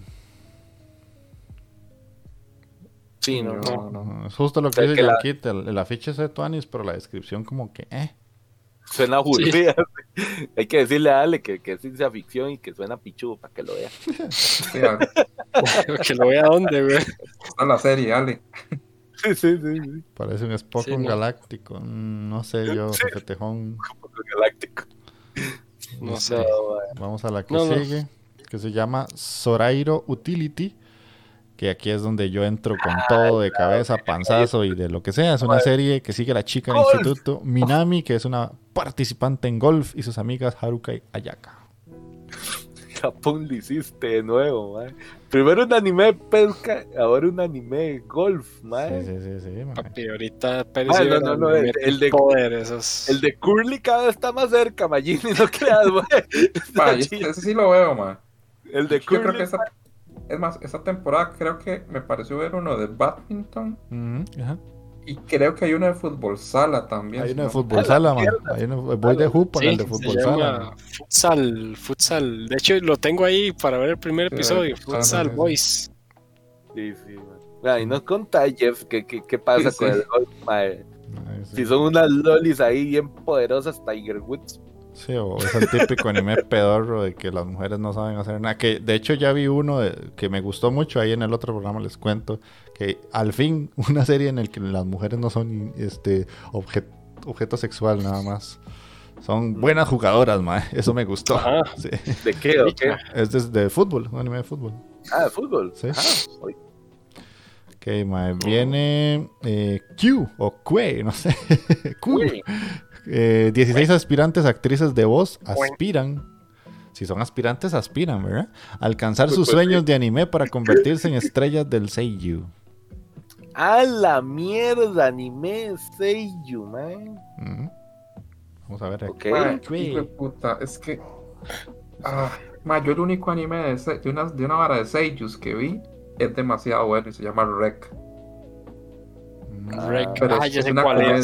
Sí, no, Yo no. no. Ajá, es justo lo que O sea, dice que la- Yanquita, el, el afiche es de Tuanis, pero la descripción como que, eh. Suena aburrida. Hay que decirle a Ale que, que es ciencia ficción y que suena pichudo para que lo vea. Sí, a- Que lo vea dónde, güey. está la serie, Ale. Sí, sí, sí, sí. Parece un Spock Sí, un no. galáctico. Mm, No sé yo, Sí. jefe tejón. Galáctico. No sé. No, ma. Vamos a la que No, no. sigue, que se llama Sorairo Utility, que aquí es donde yo entro con todo de cabeza, panzazo y de lo que sea. Es una serie que sigue a la chica del Golf. instituto Minami, que es una participante en golf, y sus amigas Haruka y Ayaka. Japón lo hiciste de nuevo, ma. Primero un anime de pesca, ahora un anime de golf, ma. Sí, sí, sí, sí, man. Papi, ahorita Pérez Ah, no, Ibera no, no, le el- mete el de- poder, esos... El de Curly cada vez está más cerca, Magini, no creas, ma. Ma, y ese, ese sí lo veo, man. El de Yo creo Curly que esta, es más, esta temporada creo que me pareció ver uno de badminton Ujú, ajá. y creo que hay uno de fútbol sala también. Hay si uno de no- fútbol A la sala, man. mierda. Hay uno- voy de hoop para Sí, el de se fútbol llama sala. man. Futsal, futsal. De hecho, lo tengo ahí para ver el primer Sí, episodio. futsal, Futsal, sí, sí. Boys. Sí, sí, ma. Ah, y nos contá, Jeff, qué, qué, qué pasa Sí, con sí. el golf, ma. Ay, sí. Si son unas lolis ahí bien poderosas, Tiger Woods. Sí, o es el típico anime pedorro de que las mujeres no saben hacer nada. Que de hecho ya vi uno de- que me gustó mucho, ahí en el otro programa les cuento, que al fin una serie en la que las mujeres no son este obje- objeto sexual nada más. Son buenas jugadoras, mae. Eso me gustó. Ajá. Sí. ¿De qué o qué? Es de, de fútbol, un anime de fútbol. Ah, de fútbol. Sí. Ah, oye. Ok, mae. Viene eh, Q o Q, no sé. Q. Uy, Eh, dieciséis aspirantes actrices de voz aspiran, si son aspirantes aspiran, ¿verdad? A alcanzar Pues, sus pues, sueños de anime para convertirse en estrellas del Seiyu. a la mierda, anime Seiyu, man. Ujú. Vamos a ver aquí. Ok. Ma, Güey. hijo de puta, es que. Ah, ma, yo el único anime de, se- de, una, de una vara de Seiyus que vi es demasiado bueno y se llama Rec. Mm, Rec. Pero Ah, es- ya es sé una cuál comedia. es.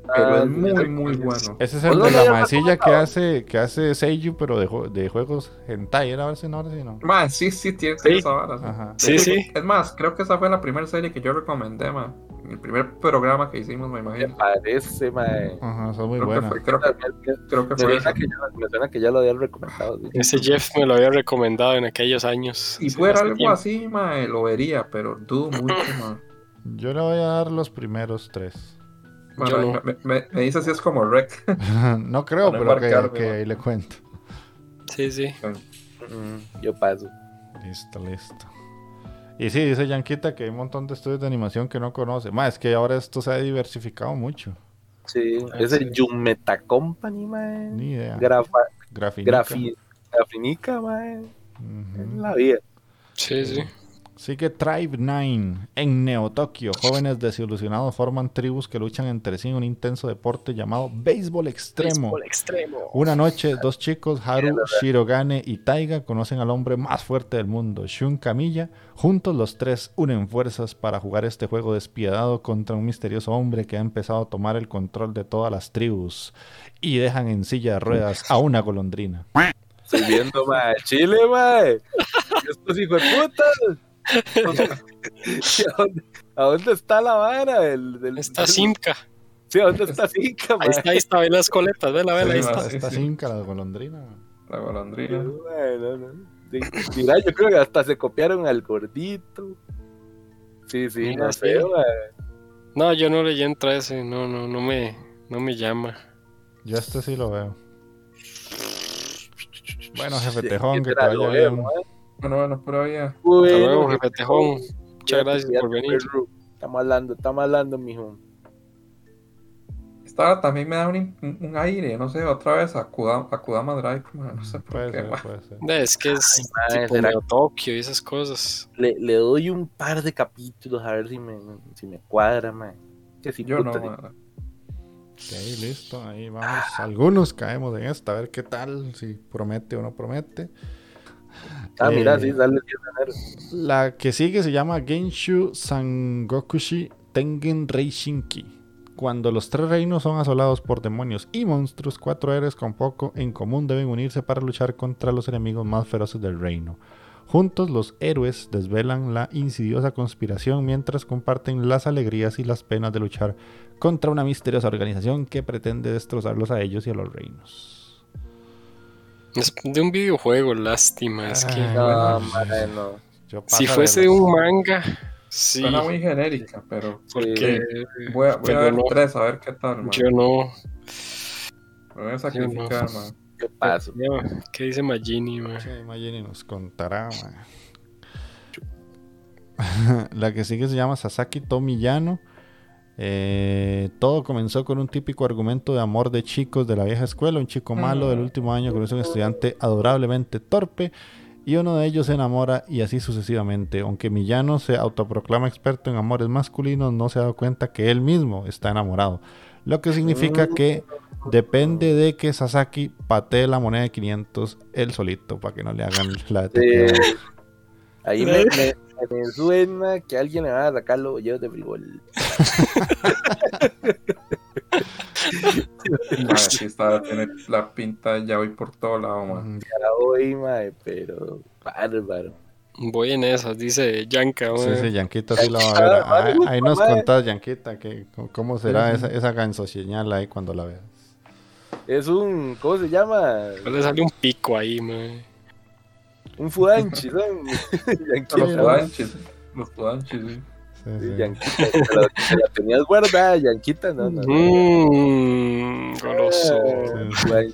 pero Ah, es muy, ese- muy bueno. Ese es el ¿Vos no de lo la habías maecilla que recomendado? hace, que hace Seiyu, pero de, jue- de juegos hentai. Era a ver si no, ahora sí no. Ma, sí, sí, tiene, Sí. tiene esa vara. sí. Ajá. De Sí, hecho, sí. Es más, creo que esa fue la primera serie que yo recomendé, ma. En el primer programa que hicimos, me Me imagino. parece, mae. Ajá, son muy Creo que buenas. fue, creo que, creo que Me fue suena esa. que, ya, me suena que ya lo habían recomendado. de hecho. Ese Jeff me lo había recomendado en aquellos años. Si hace- fuera hace algo tiempo. así, ma, lo vería, pero dudo mucho, ma. Yo le voy a dar los primeros tres. Bueno, Yo no. me, me, me dice si es como Rec. No creo, Para no pero que, embarcarme, que ¿no? ahí le cuento. Sí, sí. Mm, yo paso. Listo, listo. Y sí, dice Yanquita que hay un montón de estudios de animación que no conoce. Más es que ahora esto se ha diversificado mucho. Sí, Ah, es sí. el Yumeta Company, mae. Ni idea. Grafa, Grafinica. grafi, grafinica, mae. Ujú. En la vida. Sí, sí. Sigue Tribe nueve. En Neo Tokio, jóvenes desilusionados forman tribus que luchan entre sí en un intenso deporte llamado béisbol extremo. Béisbol extremo. Una noche, dos chicos, Haru, Shirogane y Taiga, conocen al hombre más fuerte del mundo, Shun Kamiya. Juntos los tres unen fuerzas para jugar este juego despiadado contra un misterioso hombre que ha empezado a tomar el control de todas las tribus y dejan en silla de ruedas a una golondrina. Estoy viendo, mae. Chile, mae. Estos hijos de putas. ¿Y ¿A dónde, a dónde está la vara? Del, del, Está del- Simca. Sí, ¿a dónde está Simca, mae? Ahí está, ahí está, ve las coletas, vela, vela, ahí Sí, está. ma. sí, Esta sí. cinca, la golondrina. La golondrina. Mae, no, no. Sí, mira, yo creo que hasta se copiaron al gordito. Sí, sí, Mira, no sí. sé, mae. No, yo no le entro a ese, no, no, no me, no me llama. Yo este sí lo veo. Bueno, jefe Sí, Tejón, que te literal, vaya lo veo, bien. mae. Bueno, bueno, pero ya. Hasta Bueno, luego, jefe jefe Tejón. Muchas Cuídate, gracias cuídate, por venir. perro. Estamos hablando, estamos hablando, mijo. Esta hora también me da un, un, un aire, no sé, otra vez a Kudama, a Kudama Drive, ma, no sé por Puede qué, ser, ma. puede ser. Es que es Ay, mae, tipo ¿será Neo Tokio y esas cosas. Le, le doy un par de capítulos a ver si me, si me cuadra, man. Que si Yo no, puta, ma. Ok, listo, ahí vamos. Algunos caemos en esta, a ver qué tal, si promete o no promete. Ah, mira, Eh, sí, sale el diez de enero. La que sigue se llama Genshu Sangokushi Tengen Reishinki. Cuando los tres reinos son asolados por demonios y monstruos, cuatro héroes con poco en común deben unirse para luchar contra los enemigos más feroces del reino. Juntos, los héroes desvelan la insidiosa conspiración mientras comparten las alegrías y las penas de luchar contra una misteriosa organización que pretende destrozarlos a ellos y a los reinos. Es de un videojuego, lástima. Es que Ay, No, bueno, man, no. yo si paso fuese de los- un manga, sí. Suena muy genérica, pero Porque voy a, voy pero a ver no. tres a ver qué tal, ma. yo no. Me voy a sacrificar, ma. ¿Qué paso? ¿Qué dice Magini, man? Sí, Magini nos contará, man. La que sigue se llama Sasaki Tomiyano. Eh, todo comenzó con un típico argumento de amor de chicos de la vieja escuela. Un chico malo del último año conoce a un estudiante adorablemente torpe y uno de ellos se enamora y así sucesivamente. Aunque Miyano se autoproclama experto en amores masculinos, no se ha dado cuenta que él mismo está enamorado. Lo que significa que depende de que Sasaki patee la moneda de quinientos él solito para que no le hagan la de Sí. Tokio. Ahí me, me, me suena que a alguien le van a sacar los bolleros de frijol. Ma, sí, esta tiene la pinta, ya voy por todo lado, ma. Mm, Para hoy, mae, pero bárbaro. Voy en esas, dice Yanka. Sí, man. sí, Yanquita sí la va a ver. Ah, Ahí, vale, ahí nos mamá. contás, Yanquita, que, cómo será Ujú. esa, esa ganso señal ahí cuando la veas. Es un, ¿cómo se llama? Le sale un pico ahí, man. Un fudanchi, ¿son? Los Sí, tudanchis, los tudanchis, sí. Sí, Sí, sí. Yanquita, te la, te la tenías guardada, Yanquita, no, no, no. Mmm, goloso. Eh, Sí. guay.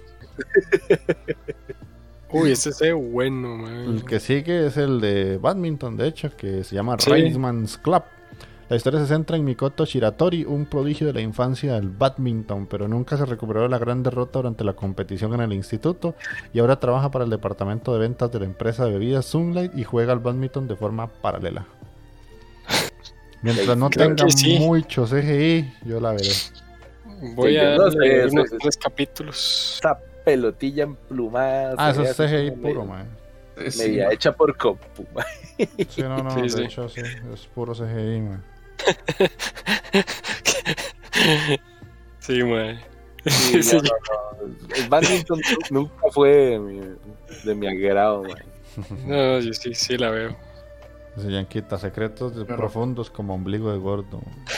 Uy, ese se ve bueno, man. El que sigue es el de badminton, de hecho, que se llama Sí. Raceman's Club. La historia se centra en Mikoto Shiratori, un prodigio de la infancia del badminton, pero nunca se recuperó de la gran derrota durante la competición en el instituto y ahora trabaja para el departamento de ventas de la empresa de bebidas Sunlight y juega al badminton de forma paralela. Mientras no Creo tenga que sí. mucho C G I, yo la veré. Voy Sí, a yo no sé, leer sí, unos sí. tres capítulos. Esa pelotilla emplumada. Ah, se eso ve es así C G I como puro, medio- man. Sí, sí, Media ma. hecha por compu, mae. Sí, no, no, Sí, de sí. hecho sí, es puro C G I, man. Sí, mae. Sí, Sí. no, no, no. El badminton nunca fue de mi, de mi agrado, mae. No, yo sí, sí la veo. Se yanquita, secretos de Pero- profundos como ombligo de gordo.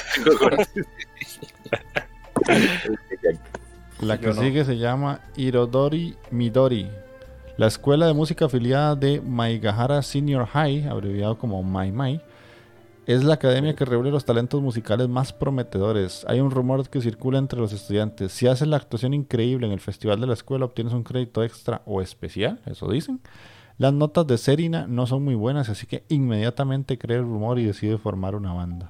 La que Yo no. sigue se llama Hirodori Midori. La escuela de música afiliada de Maigahara Senior High, abreviado como Mai Mai, es la academia que reúne los talentos musicales más prometedores. Hay un rumor que circula entre los estudiantes. Si haces la actuación increíble en el festival de la escuela, obtienes un crédito extra o especial, eso dicen. Las notas de Serena no son muy buenas, así que inmediatamente cree el rumor y decide formar una banda.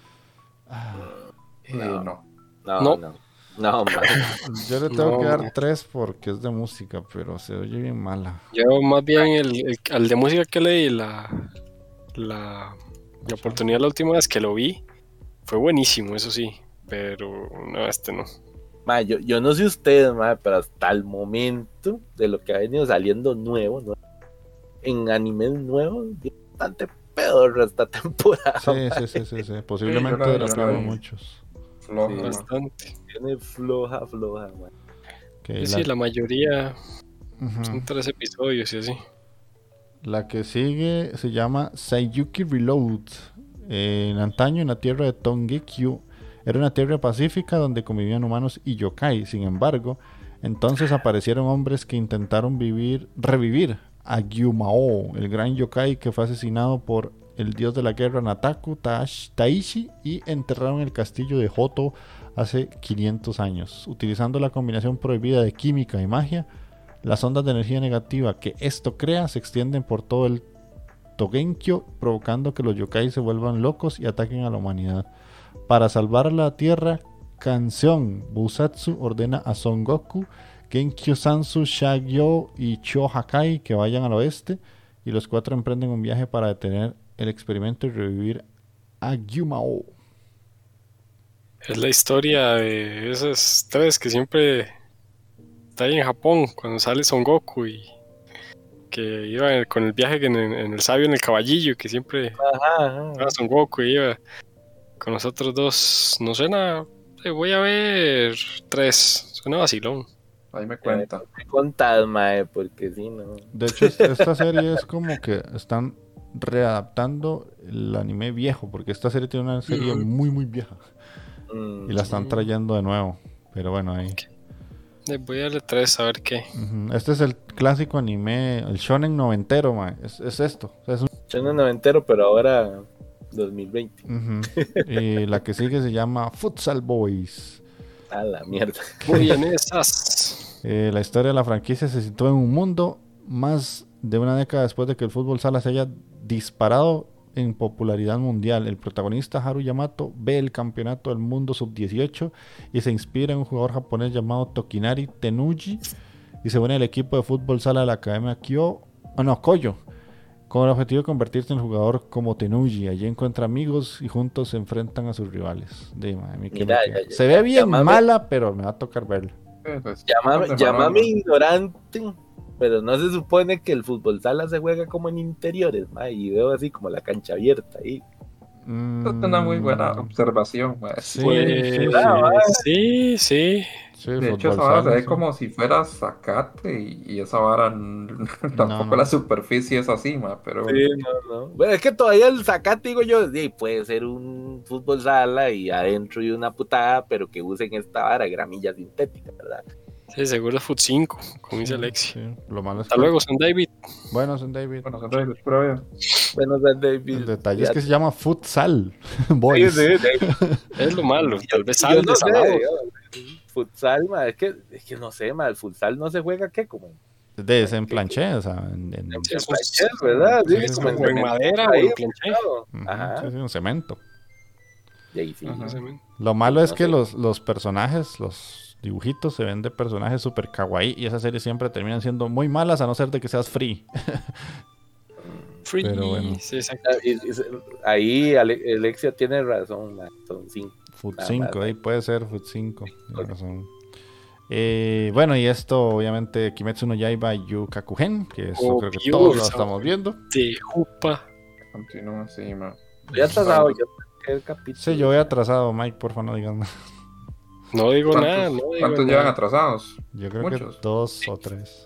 Eh, no. No, No. no. No, mae. Yo le tengo No, que dar man. tres porque es de música, pero se oye bien mala. Yo más bien el, el, al de música que leí, la, la, la oportunidad la última vez que lo vi, fue buenísimo, eso sí. Pero no, este no. Mae, yo, yo no sé ustedes, mae, pero hasta el momento de lo que ha venido saliendo nuevo, ¿no? En animes nuevos, tiene bastante peor esta temporada. Sí, sí, sí, sí, sí. Posiblemente Sí, yo la- de los yo que la veo vi. muchos. Flojo, Sí. ma. Bastante. Tiene floja, floja, mae. Ok, Sí, sí, la mayoría Ujú. son tres episodios y así. La que sigue se llama Saiyuki Reload. Eh, en antaño, en la tierra de Tongekyu, era una tierra pacífica donde convivían humanos y yokai. Sin embargo, entonces aparecieron hombres que intentaron vivir, revivir a Gyumao, el gran yokai que fue asesinado por el dios de la guerra Nataku Taishi, Taishi y enterraron en el castillo de Hoto hace quinientos años. Utilizando la combinación prohibida de química y magia, las ondas de energía negativa que esto crea se extienden por todo el Togenkyo, provocando que los yokai se vuelvan locos y ataquen a la humanidad. Para salvar la tierra, Kanseon Busatsu ordena a Son Goku, Genkyo Sansu, Shagyo y Cho Hakai que vayan al oeste, y los cuatro emprenden un viaje para detener el experimento y revivir a Gyumao. Es la historia de esos tres que siempre está ahí en Japón, cuando sale Son Goku y que iba con el viaje en el, en el sabio en el caballillo, que siempre Ajá, ajá. iba Son Goku y iba con los otros dos. No suena, eh, voy a ver tres, suena vacilón. Ahí me cuenta. Me contás, mae, porque si no. De hecho, es- esta serie es como que están readaptando el anime viejo, porque esta serie tiene una serie Ujú. muy, muy vieja Mm, y la están trayendo de nuevo. Pero bueno, ahí. Eh, voy a darle tres a ver qué. Ujú. Este es el clásico anime, el shonen noventero, mae. Es, es esto. O sea, es un- yo no noventero, pero ahora dos mil veinte. Ujú. Y la que sigue se llama Futsal Boys. A la mierda. Muy bien, esas. Eh, la historia de la franquicia se situó en un mundo más de una década después de que el fútbol sala se haya disparado en popularidad mundial. El protagonista Haru Yamato ve el campeonato del mundo sub dieciocho y se inspira en un jugador japonés llamado Tokinari Tenuji y se une al equipo de fútbol sala de la Academia Kyo, oh, no, Koyo, con el objetivo de convertirse en el jugador como Tenuji. Allí encuentra amigos y juntos se enfrentan a sus rivales. De, madre mía, qué Mira, loquera. ya- ya- se ve bien llámame- mala, pero me va a tocar verla. Eh, pues, Llámame, de llámame Manolo. ignorante, pero no se supone que el fútbol sala se juega como en interiores, mae, y veo así como la cancha abierta ahí. Mm, Esta es una muy buena observación, ma. Sí, Pues, sí, ah, sí, sí. sí, De hecho, fútbol esa vara se sala, ve sí. como si fuera zacate y, y esa vara n- tampoco no. la superficie es así, ma, pero Sí, no, no. Bueno, es que todavía el zacate, digo yo, sí, puede ser un fútbol sala y adentro y una putada, pero que usen esta vara, gramilla sintética, ¿verdad? Sí, seguro es Foot cinco, como dice Alexi. Sí, lo malo es Hasta que- luego, Son David. Bueno, son David. bueno, David, pura vida. Bueno, San David. El detalle es ya- que se llama futsal. Sí, Boys. sí, sí. Es lo malo, tal vez Yo sale no de sé, salado. digamos, futsal, ma, es que, es que no sé, ma, el futsal no se juega, ¿qué? Como De ese en planché, o sea, en, en- en Sí, es un- planchés, ¿verdad? Sí, es como como en madera o ahí, en planché. claro. Ujú, Ajá. sí, sí, un cemento. Y ahí sí. Ajá. Lo malo es No que sé. los, los personajes, los dibujitos se ven de personajes super kawaii y esas series siempre terminan siendo muy malas a no ser de que seas free. Free. Pero bueno. Sí, exacto. Ah, y- y- Ahí Ale- Alexia tiene razón, ma, son cinco. Foot Nada cinco, más. ahí puede ser Foot cinco. Tienes razón. Eh, bueno, y esto obviamente Kimetsu no Yaiba Yukakuhen, que eso creo que Obvio, todos lo esa- estamos viendo. De Jupa. Continúa así, ma. Ya atrasado, yo el capítulo. Sí, yo he atrasado, Mike, porfa no digas nada. No digo ¿Cuántos, nada, no digo ¿cuántos nada. llevan atrasados? Yo creo Muchos. que dos o tres.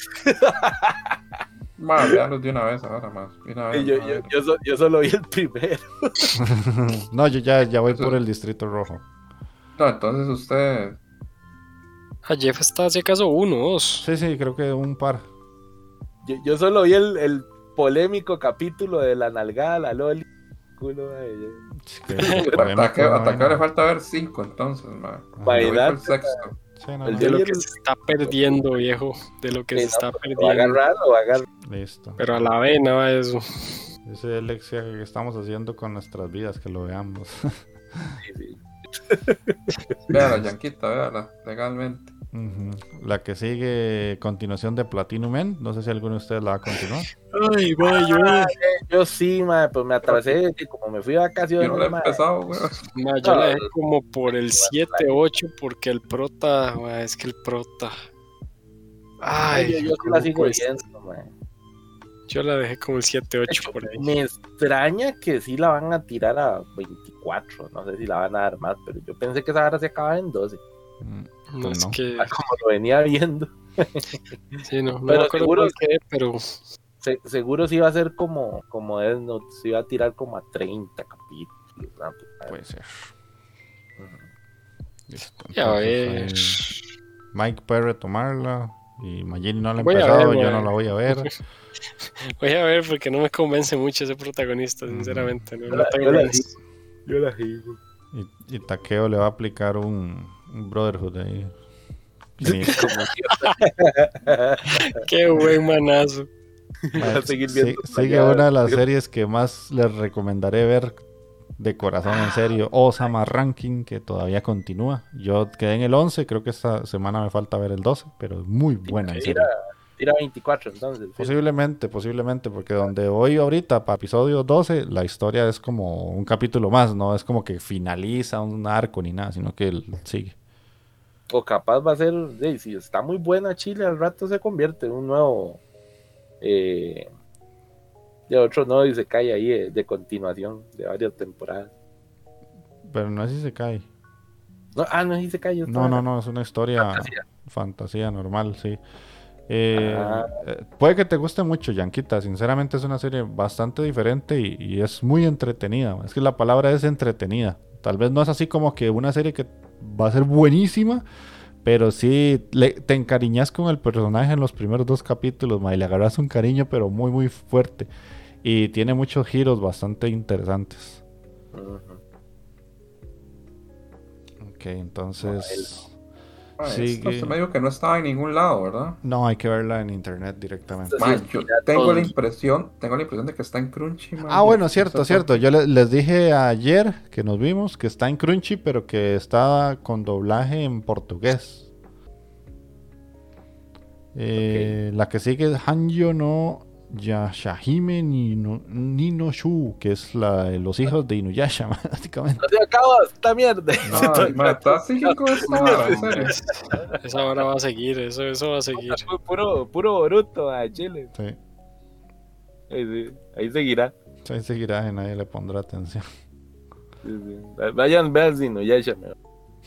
Más, veanlos de una vez ahora más. De una vez, yo, a yo, ver. yo, so- yo solo vi el primero. No, yo ya, ya voy Eso- por el Distrito Rojo. No, entonces usted. Ah, Jeff está si acaso uno, dos. Sí, sí, creo que un par. Yo, yo solo vi el, el polémico capítulo de la nalgada, la loli. Culo, ay, ay. Sí, que- Bueno, a Takeo, a no, Takeo no. le falta ver cinco entonces, man. Ajá. Yo voy por Bailar. el sexto. Sí, no, El no. De lo Yo que vi el- se está perdiendo, viejo. De lo que Sí, se no, está Lo va a perdiendo. agarrar, lo va a agarrar. Listo. Pero a la vena va eso. Ese es el lección que estamos haciendo con nuestras vidas, que lo veamos. Sí, sí. Véala, Yanquita, véala, legalmente. Ujú. La que sigue, continuación de Platinum Men. No sé si alguno de ustedes la va a continuar. Ay, vaya, yo, Ah, eh, yo sí, ma, pues me atrasé, y como me fui de vacaciones, Yo no lo he ma, empezado, weón. ma, yo la dejé como por el siete ocho porque el prota, ma, es que el prota. Ay, yo, yo sí cómo la sigo cuesta. viendo, ma. Yo la dejé como el siete ocho por ahí. Me extraña que sí la van a tirar a veinticuatro, no sé si la van a dar más, pero yo pensé que esa hora se acaba en doce, Mm, No, pues es no. que, como lo venía viendo. sí, no, no Pero me acuerdo seguro- cuál quedé, pero Se- seguro sí va a ser como, como Death Note, sí va a tirar como a treinta capítulos. ¿no? Pues, Puede ser. ujú. Listo. ya Entonces, ves. ahí Mike Perry tomarla. Y Magini no la ha Voy a empezado, ver, yo güey. no la voy a ver. Voy a ver porque no me convence mucho ese protagonista, Mm. sinceramente. No, Yo no la- tengo yo la ganas. Yo la sigo. Y, y Takeo le va a aplicar un, un Brotherhood ahí. Y ni- Qué buen manazo. Voy a seguir Sí- viendo sigue allá. una de las series que más les recomendaré ver de corazón, en serio. Osama Ranking, que todavía continúa. Yo quedé en el once, creo que esta semana me falta ver el doce, pero es muy buena en serio. Tira, tira veinticuatro entonces. sí. Posiblemente, posiblemente, porque donde voy ahorita, para episodio doce, la historia es como un capítulo más, no es como que finaliza un arco ni nada, sino que él sigue. O capaz va a ser, sí, si está muy buena Chile, al rato se convierte en un nuevo, eh, de otro nuevo y se cae ahí de, de continuación de varias temporadas. Pero no es si se cae. No, ah, no, sí se cae. No, no, no, es una historia Fantasía. fantasía normal, sí. Eh, Ah. eh, puede que te guste mucho, Yanquita. Sinceramente es una serie bastante diferente y, y es muy entretenida. Es que la palabra es entretenida. Tal vez no es así como que una serie que va a ser buenísima, pero sí le- te encariñas con el personaje en los primeros dos capítulos, ma, y le agarras un cariño, pero muy, muy fuerte. Y tiene muchos giros bastante interesantes. Ujú. Ok, entonces... Ay, Sigue. esto se me dijo que no estaba en ningún lado, ¿verdad? No, hay que verla en internet directamente. Sí, Man, sí, yo mira, tengo todo. la impresión, tengo la impresión de que está en Crunchy, man. Ah, bueno, No cierto, sé cierto. por qué. Yo le- les dije ayer que nos vimos que está en Crunchy, pero que está con doblaje en portugués. Eh, La que sigue es Hanyo no Yashahime Nino, Nino Shu, que es la de los hijos de Inuyasha, básicamente. No se acaba esta mierda. Ay, man, está psíquico esta vara, en serio. Esa hora va a seguir, eso, eso va a seguir. Puro, puro Boruto a Chile. Sí, Ahí, sí, ahí seguirá. ahí seguirá y nadie le pondrá atención. Sí, sí. Vayan, vean si no, ya ya me-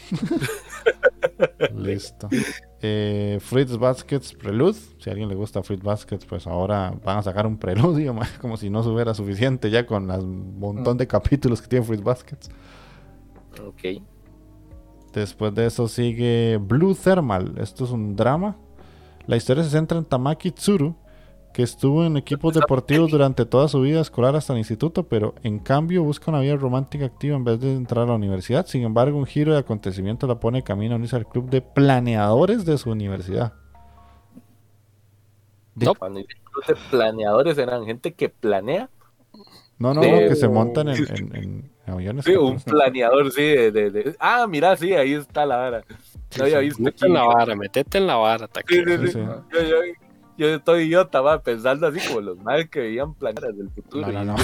Listo. Eh, Fruits Baskets Prelude. Si a alguien le gusta Fruits Baskets, pues ahora van a sacar un preludio, ma, como si no hubiera suficiente ya con el montón de capítulos que tiene Fruits Baskets. Ok. Después de eso sigue Blue Thermal. Esto es un drama. La historia se centra en Tamaki Tsuru, que estuvo en equipos deportivos durante toda su vida escolar hasta el instituto, pero en cambio busca una vida romántica activa en vez de entrar a la universidad. Sin embargo, un giro de acontecimiento la pone camino a unirse al club de planeadores de su universidad. No. Cuando dicen club de planeadores eran gente que planea. No, no, Sí. no, que se montan en, en- en aviones. Sí, que- un planeador, sí. De, de- de- Ah, mira, sí, ahí está la vara. No había sí. visto Metete aquí. en la vara, metete en la vara, Sí, Takeo. sí, Sí, sí. sí. Yo, yo, yo estoy idiota, va, pensando así como los madres que veían planear del futuro. No, no, y- no.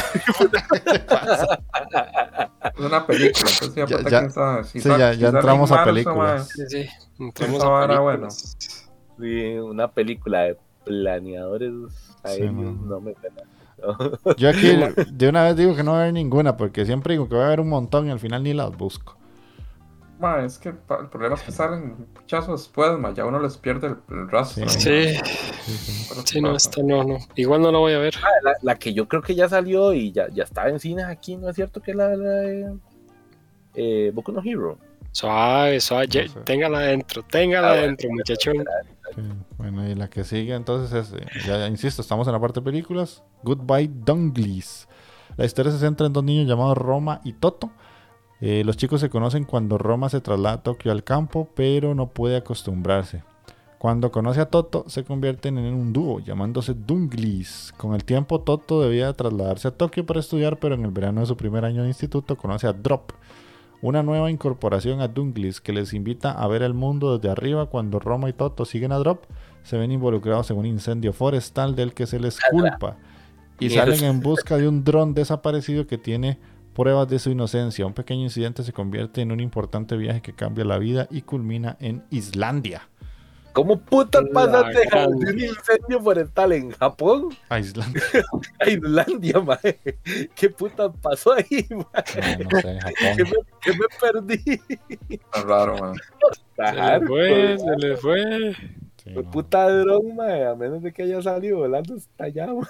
Es una película, entonces ya, Ya- puta, ya- quién sabe. Si sí, sal- ya- si ya sale en entramos a marzo, películas. man. Sí, sí. Entramos Esa a vara, películas. Sí, una película de planeadores aéreos, man. no me pena. Yo aquí de una vez digo que no va a haber ninguna, porque siempre digo que va a haber un montón y al final ni las busco. Ma, es que pa- el problema es que salen puchazos después, ma, ya uno les pierde el, el rastro. Sí, Pero sí, no, pasa. esta no, no. Igual no la voy a ver. Ah, la, la que yo creo que ya salió y ya, ya está en cines aquí, ¿no es cierto? Que la, la de eh, Boku no Hero. Suave, suave. ye- No sé. Téngala adentro, téngala Ah, bueno, adentro, muchachón. Sí, bueno, y la que sigue entonces es, eh, ya, ya insisto, estamos en la parte de películas. Goodbye Dunglies. La historia se centra en dos niños llamados Roma y Toto. Eh, los chicos se conocen cuando Roma se traslada a Tokio al campo, pero no puede acostumbrarse. Cuando conoce a Toto, se convierten en un dúo, llamándose Dunglies. Con el tiempo, Toto debía trasladarse a Tokio para estudiar, pero en el verano de su primer año de instituto conoce a Drop, una nueva incorporación a Dunglies que les invita a ver el mundo desde arriba. Cuando Roma y Toto siguen a Drop, se ven involucrados en un incendio forestal del que se les culpa y Mierda. salen en busca de un dron desaparecido que tiene pruebas de su inocencia. Un pequeño incidente se convierte en un importante viaje que cambia la vida y culmina en Islandia. ¿Cómo puta La pasaste de gran- un incendio forestal en Japón A Islandia. a Islandia, mae? ¿Qué puta pasó ahí, mae? No, no sé, ¿Qué Japón. me, qué me perdí? Está raro, man. Se le fue, se le fue. Sí, Fue no. puta dron, mae, a menos de que haya salido volando hasta allá, mae.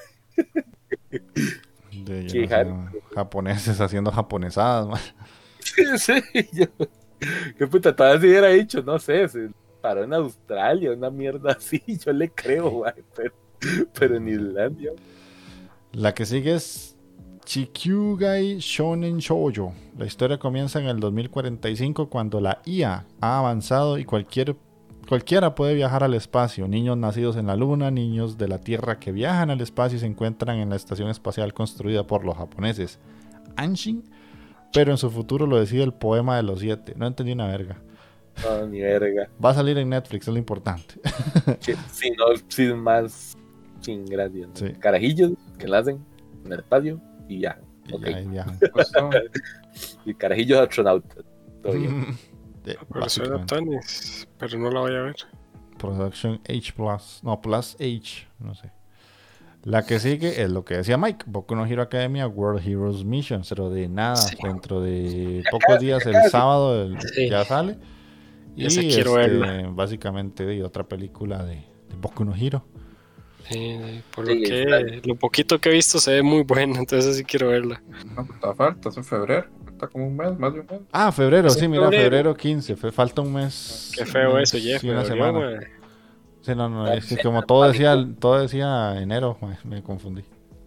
De, yo Qué no sé, hard. man. Japoneses haciendo japonesadas, man. Sí, yo, qué puta, todavía se hubiera dicho, no sé, se paró en Australia, una mierda así, yo le creo, mae, pero, pero en Islandia. La que sigue es Chikyugai Shonen Shoujo. La historia comienza en el dos mil cuarenta y cinco cuando la I A ha avanzado y cualquier, cualquiera puede viajar al espacio. Niños nacidos en la luna, niños de la Tierra que viajan al espacio y se encuentran en la estación espacial construida por los japoneses Anshin, pero en su futuro lo decide el poema de los siete. No entendí una verga. No, ni verga. Va a salir en Netflix, es lo importante. Que, si no, sin más, sin gracias. ¿no? Sí. Carajillos que nacen en el espacio y ya. Y Ok. ya, ahí viajan. Pues, no, Y carajillos astronautas. Todo bien. Eh, Pero suena básicamente. Tanis, pero no la voy a ver. Production H Plus. No, Plus H. No sé. La que sigue es lo que decía Mike. Boku no Hero Academia World Heroes Mission. Pero de nada. Sí. Dentro de pocos días, el sábado el- Sí. ya sale. Y Esa quiero este, verla. básicamente de otra película de, de Boku no Hero. Sí, por Sí, lo que está- lo poquito que he visto se ve muy bueno, entonces sí quiero verla. no, pues, todavía falta, es en febrero. Falta como un mes, más de un mes. Ah, febrero, Sí, sí, mira, febrero. febrero quince. Fe- falta un mes. Qué feo un eso, mes Jeff. y me una dolió, semana. mae. Sí, no, no, Ah, es que sí, como está todo malito. decía, todo decía enero, me, me confundí.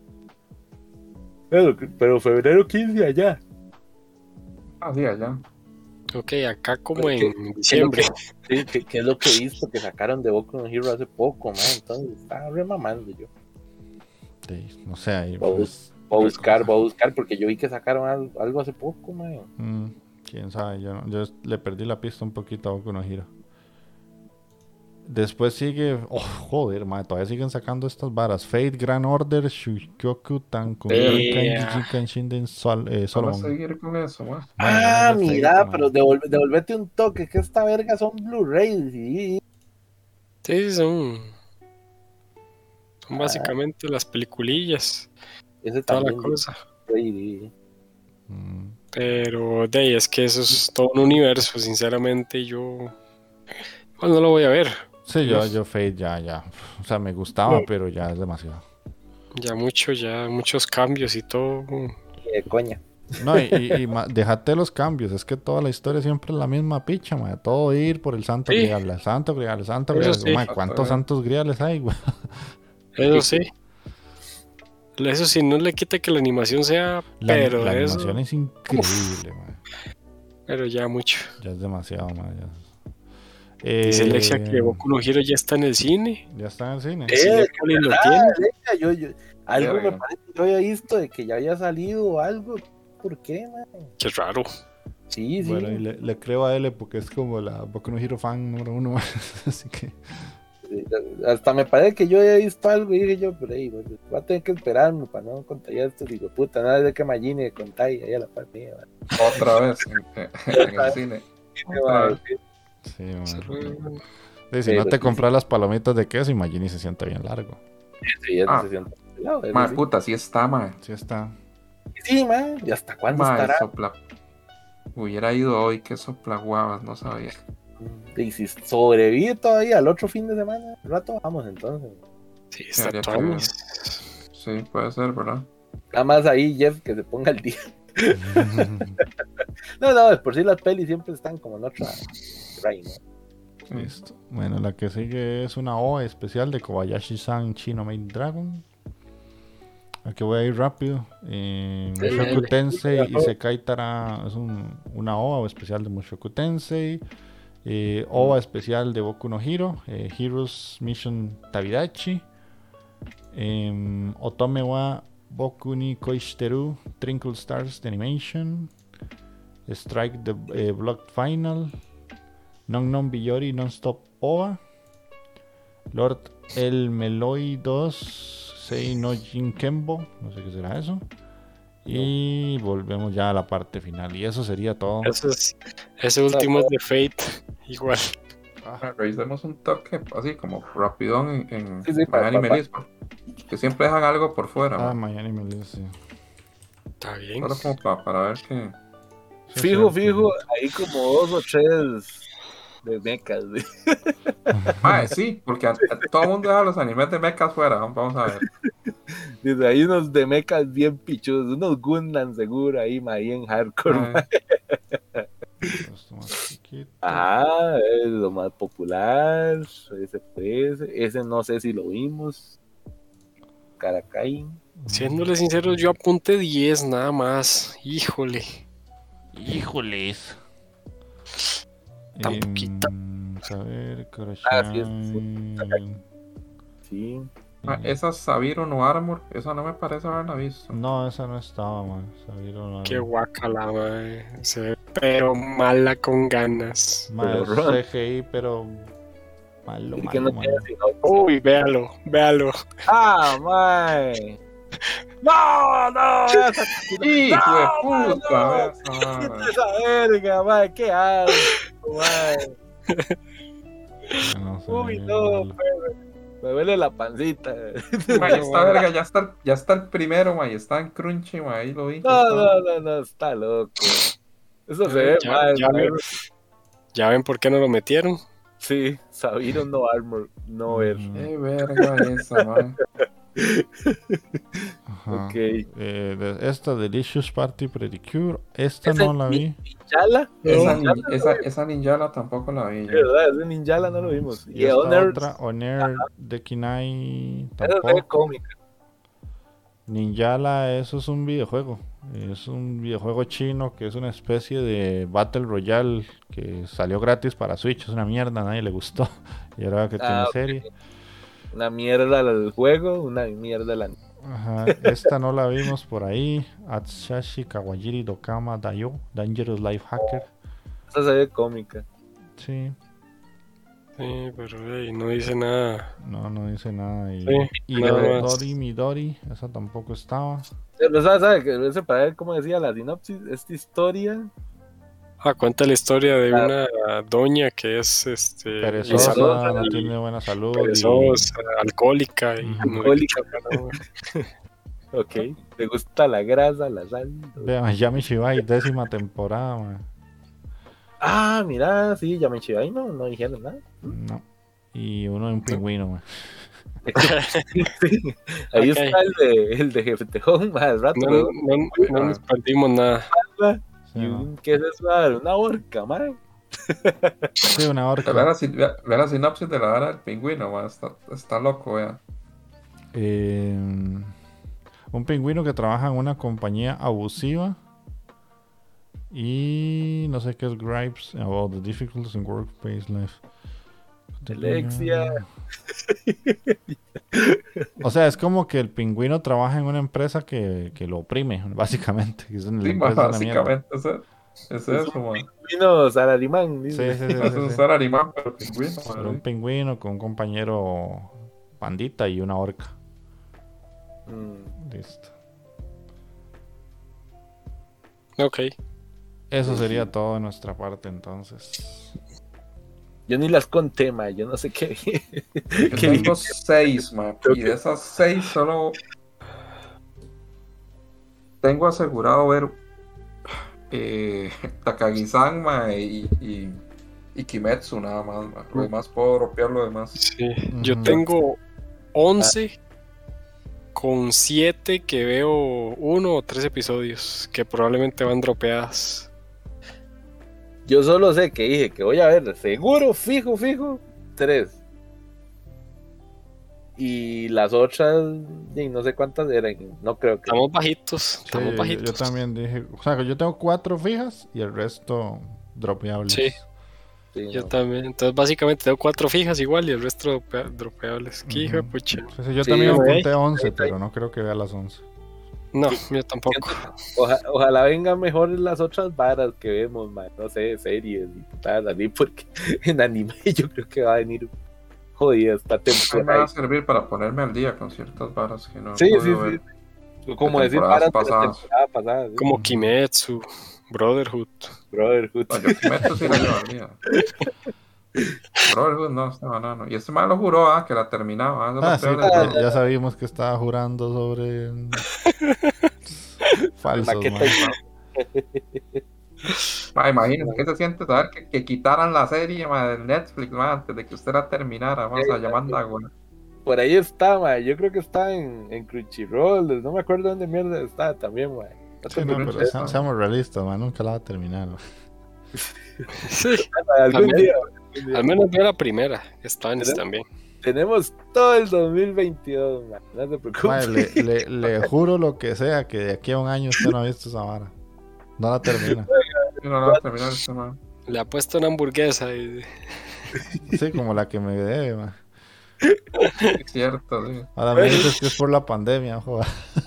Pero, pero febrero quince allá. Ah, sí, allá. Ok, acá como ¿Qué- en diciembre. Sí, que, que es lo que he visto que sacaron de Boku no Hero hace poco, man. Entonces estaba remamando yo. Sí, no sé, ahí Voy a pues, Voy a buscar, voy a buscar, porque yo vi que sacaron algo, algo hace poco, man. mm, quién sabe, yo, no- yo le perdí la pista un poquito a Boku no Hero. Después sigue, oh, joder, madre, todavía siguen sacando estas varas. Fate, Grand Order, Shukyoku, Tanko, Yeah. Jikan Shinden, Sol, eh, Vamos a Solomon. seguir con eso, man. Ah, Bueno, mira, Fate, pero man. devolve, devolvete un toque, que esta verga son Blu-rays. Sí. Sí, son. Son Ah. básicamente las peliculillas, Ese toda la también. cosa. Blu-ray. Mm, Pero de ahí es que eso es todo un universo, sinceramente. Yo. Igual no lo voy a ver. Sí, yo, yo Fate ya, ya. O sea, me gustaba, pero ya es demasiado. Ya mucho, ya muchos cambios y todo. Ni de coña. No, y, y, y ma- déjate los cambios, es que toda la historia siempre es la misma picha, madre. Todo ir por el santo Sí. grial, el santo grial, el santo Eso grial. sí. Madre, ¿cuántos santos griales hay, güey? Eso sí. Eso sí, no le quita que la animación sea, La, pero la eso. animación es increíble, madre. Pero ya mucho. Ya es demasiado, madre. Ya, Dice Eh, Alexia que Boku no Hero ya está en el cine. ya está en el cine. Eh, Si ya Poli lo ¿verdad, tiene. Alexa? Yo, yo, algo me Verga. parece que yo había visto de que ya había salido o algo. ¿Por qué, man? Qué raro. Sí, sí. Bueno, y le, le creo a L porque es como la Boku no Hero fan número uno, madre. Así que. Eh, Hasta me parece que yo había visto algo y dije yo, pero ahí, bueno, voy a tener que esperarme para no contar esto. Digo, puta, nada de que Magini contar y ahí a la par mía. man. Otra vez en, en el cine. Otra vez. Sí, madre. Solo- Sí, si Sí, no pues, te sí, compras las palomitas de queso, imagínate se sienta bien largo. Sí, eso Ah. se siente pelado, eso Ma, sí. puta, sí está, ma. Sí está. Sí, man, ¿y hasta cuándo Ma, estará? eso, la, hubiera ido hoy, que soplaguabas, no sabía. Y si sobrevive todavía al otro fin de semana, al rato vamos entonces. Sí, Sí, está habría que todo. ver. Sí, puede ser, ¿verdad? Nada más ahí, Jeff, que se ponga al día. No, no, es por si las pelis siempre están como en otra reina. Listo. Bueno, la que sigue es una O especial de Kobayashi-san Chino Maid Dragon. Aquí voy a ir rápido. Eh, Sí, Mushoku dale. Tensei Isekai Tara es un, una O V A especial de Mushoku Tensei. Eh, O V A especial de Boku no Hero. Eh, Heroes Mission Tabidachi. Eh, Otome wa Boku ni Koishiteru Twinkle Stars de Animation. Strike the eh, Blocked Final. Non Non Biyori Non-Stop O V A. Lord El Meloi dos Sei no Jinkembo, no sé qué será eso. Y volvemos ya a la parte final. Y eso sería todo. Ese, es- ese último es de Fate, igual. Ah, revisemos un toque así como rapidón en, en Sí, sí, pa- Miami pa- pa- Melis, que siempre dejan algo por fuera, Ah, man. Miami Melissa. Está bien. Solo como pa- para ver que... Sí, Fijo, cierto. fijo, hay como dos o tres de mechas. ¿Sí? Ah, sí, porque a- a- todo el mundo deja los animes de mechas fuera, vamos a ver. Desde ahí unos de mechas bien pichudos, unos Gundam seguro ahí, ma, ahí en hardcore. ma. Ay, Esto más chiquito. Ajá, es lo más popular. Ese fue ese. Ese no sé si lo vimos. Caracay. Siéndole sincero, yo apunté diez nada más. Híjole. Híjoles. Tan Em, poquito. A ver, Ah, sí, es- Kuroshan. Sí. ah, esa Sabiro no Armor, esa no me parece haberla visto. No, esa no estaba, man. Sabieron la- Qué guacala, mae. Se ve pero mala con ganas. Más Pero raro. C G I, pero malo, Y que malo, no malo. queda sino- Uy, véalo, véalo. ¡Ah, mae! ¡No, no! ¡Esa, ¡Hijo de no, puta! no. Vea esa vara. esa verga, mae! ¡Qué asco, mae! Ya no sé, Uy, no, malo. mae. Me duele la pancita. Ma, esta verga ya está, ya está el primero, ma, y está en Crunchy, ma, ahí lo vi. que No, está- no, no, no, está loco. Eso se ve Ya, mal, ya mae. ven. ¿Ya ven por qué no lo metieron? Sí, Sabiro no armor, no ver. Ujú. ¡Qué verga esa, ma! Ajá. Ok. Eh, de- esta Delicious Party Pedicure. Esta Ese no la vi. Ninjala, Esa, Ninjala, nin- esa, esa ninjala tampoco la vi. de verdad, ese Ninjala no lo vimos. Y Y esta Honor, otra, Honor de Kinai esa se ve tampoco. cómica. Ninjala, eso es un videojuego. Es un videojuego chino que es una especie de Battle Royale que salió gratis para Switch. Es una mierda, a nadie le gustó. Y ahora que Ah, tiene ok. serie. Una mierda el juego, una mierda la. Ajá, esta no la vimos por ahí. Atsushi Kawajiri Dokama Dayo, Dangerous Life Hacker. Esa se ve cómica. Sí, Sí, pero ey, no dice nada. no, no dice nada. Y, Sí, y nada Dori más. Dori Midori, esa tampoco estaba. Pero sabe, sabe que ese para ver cómo decía la sinopsis, esta historia. Ah, cuenta la historia de Ah. una doña que es este Perezosa, perezosa no y- tiene buena salud. y- perezosa, alcohólica y Ujú. no Alcohólica. no, Ok. Le gusta la grasa, la sal. Vean, Yami Shibai, décima temporada. Man. Ah, mira, sí, ya me chivé ahí, no, no dijeron nada. No. Y uno de un pingüino. Man. Sí, ahí Ok. está el de, el de Jefe Tejón, más rato. no, pero- no- no nos perdimos nada. Sí, ¿Y no. un- ¿Qué es eso? Ah, una orca, man. Sí, una Ve orca. la, si- ve- ve la sinopsis de la vara del pingüino, ma, está, está loco, vea. Eh, un pingüino que trabaja en una compañía abusiva. Y no sé qué es Gripes about the difficulties in workplace life. Alexia. O sea, es como que el pingüino trabaja en una empresa que, que lo oprime, básicamente. Que es una Sí, ma, empresa de una mierda. básicamente, ese- es eso, ma. Vino Salarimán, Sí, dice. sí, sí, Es sí, un sí. ser animal, pero pingüino, ma, Era un ¿sí? pingüino con un compañero pandita y una orca. Mm, Listo. Ok. Eso sería todo de nuestra parte entonces. Yo ni las conté, ma. Yo no sé qué. Yo qué tengo seis, ma, y de esas seis solo tengo asegurado ver eh, Takagi-san, mae, y, y, y Kimetsu nada más, mae. Lo demás puedo dropear lo demás. Sí, yo Ujú. tengo once con siete que veo uno o tres episodios que probablemente van dropeadas. Yo solo sé que dije que voy a ver, seguro, fijo, fijo, tres. Y las otras, y no sé cuántas eran, no creo que. Estamos bajitos, Sí, estamos yo, bajitos. yo también dije, o sea, que yo tengo cuatro fijas y el resto dropeables. Sí. Sí, Yo no. también. Entonces, básicamente tengo cuatro fijas igual y el resto dropea- dropeables. ¿Qué hijo de Ujú. pucha? Sí, sí, yo Sí, también ok. apunté once, Ahí está. pero no creo que vea las once. No, yo tampoco. Oja- ojalá vengan mejor las otras varas que vemos, man. No sé, series y putadas así, porque en anime yo creo que va a venir jodida esta A mí me va temporada. a servir para ponerme al día con ciertas varas que no he Sí, sí, podido ver. sí. Como de decir temporadas varas de la pasadas. temporada pasada. ¿sí? Como Kimetsu, Brotherhood. Brotherhood. No, yo Kimetsu sí la llevo al día. Brotherhood no, este banano. Y este man lo juró, ah, que la terminaba. Ah, eso es lo Ah, sí, peor de pero todo. ya sabíamos que estaba jurando sobre falsos, Maqueta man. Ma, imagínense qué se siente saber que, que quitaran la serie, ma, del Netflix, ma, antes de que usted la terminara. Vamos a llamar güey. Por ahí está, man. Yo creo que está en, en Crunchyroll. No me acuerdo dónde mierda está también, man. No Sí, te no, preocupes, pero se- man. seamos realistas, man, nunca la va a terminar. Man. Sí, Algún también. día, algún día. al menos veo la primera. Stanis ¿Verdad? también. Tenemos todo el dos mil veintidós, man. No se preocupe. Man, le, le, le juro lo que sea que de aquí a un año usted no ha visto esa vara. No la termina. Sí, no la va a terminar este man. Le ha puesto una hamburguesa y... Sí, como la que me debe, man. Es cierto, sí. Ahora me dices que es por la pandemia, joder.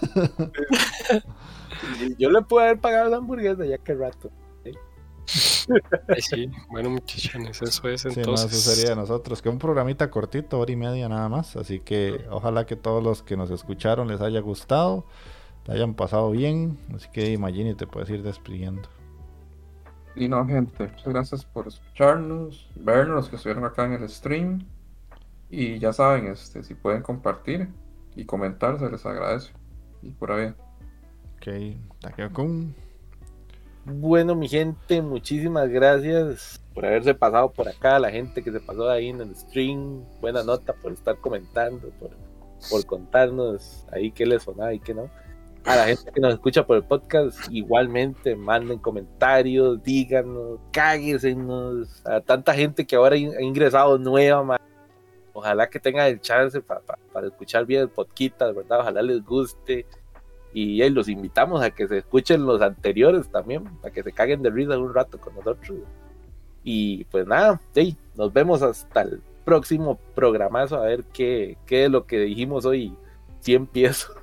Yo le puedo haber pagado la hamburguesa ya que rato. Ay, sí, bueno muchachones, eso es Sí, no, entonces. eso sería de nosotros. Que un programita cortito, hora y media nada más. Así que ojalá que todos los que nos escucharon les haya gustado, la hayan pasado bien. Así que Imagine te puedes ir despidiendo. Y no, gente, muchas gracias por escucharnos, vernos, los que estuvieron acá en el stream. Y ya saben, este, si pueden compartir y comentar, se les agradece. Y por ahí. Ok, Takeo-kun. Bueno, mi gente, muchísimas gracias por haberse pasado por acá, la gente que se pasó ahí en el stream, buena nota por estar comentando, por, por contarnos ahí qué les sonaba y qué no. A la gente que nos escucha por el podcast, igualmente manden comentarios, díganos, cáguesenos, a tanta gente que ahora ha ingresado nueva, man. Ojalá que tengan el chance pa, pa, para escuchar bien el podcast, ¿verdad? Ojalá les guste. Y, y los invitamos a que se escuchen los anteriores también, para que se caguen de risa un rato con nosotros. Y pues nada, sí, nos vemos hasta el próximo programazo, a ver qué, qué es lo que dijimos hoy. Sí empiezo.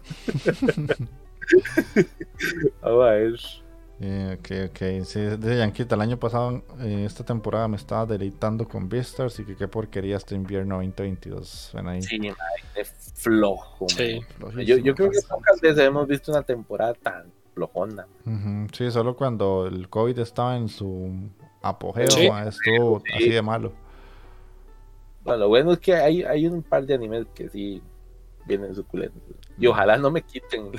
Vamos a ver. Eh, ok, ok. Sí, dice Yanquita, el año pasado, eh, esta temporada me estaba deleitando con Beastars y que qué porquería este invierno veinte veintidós. Ven ahí. Sí, madre, qué flojo. Sí. Man. Yo, yo creo que pocas veces hemos visto una temporada tan flojona. Ujú, sí, solo cuando el COVID estaba en su apogeo, Sí. ma, estuvo Sí. así de malo. Bueno, lo bueno es que hay, hay un par de animes que sí vienen suculentos. Y ojalá no me quiten.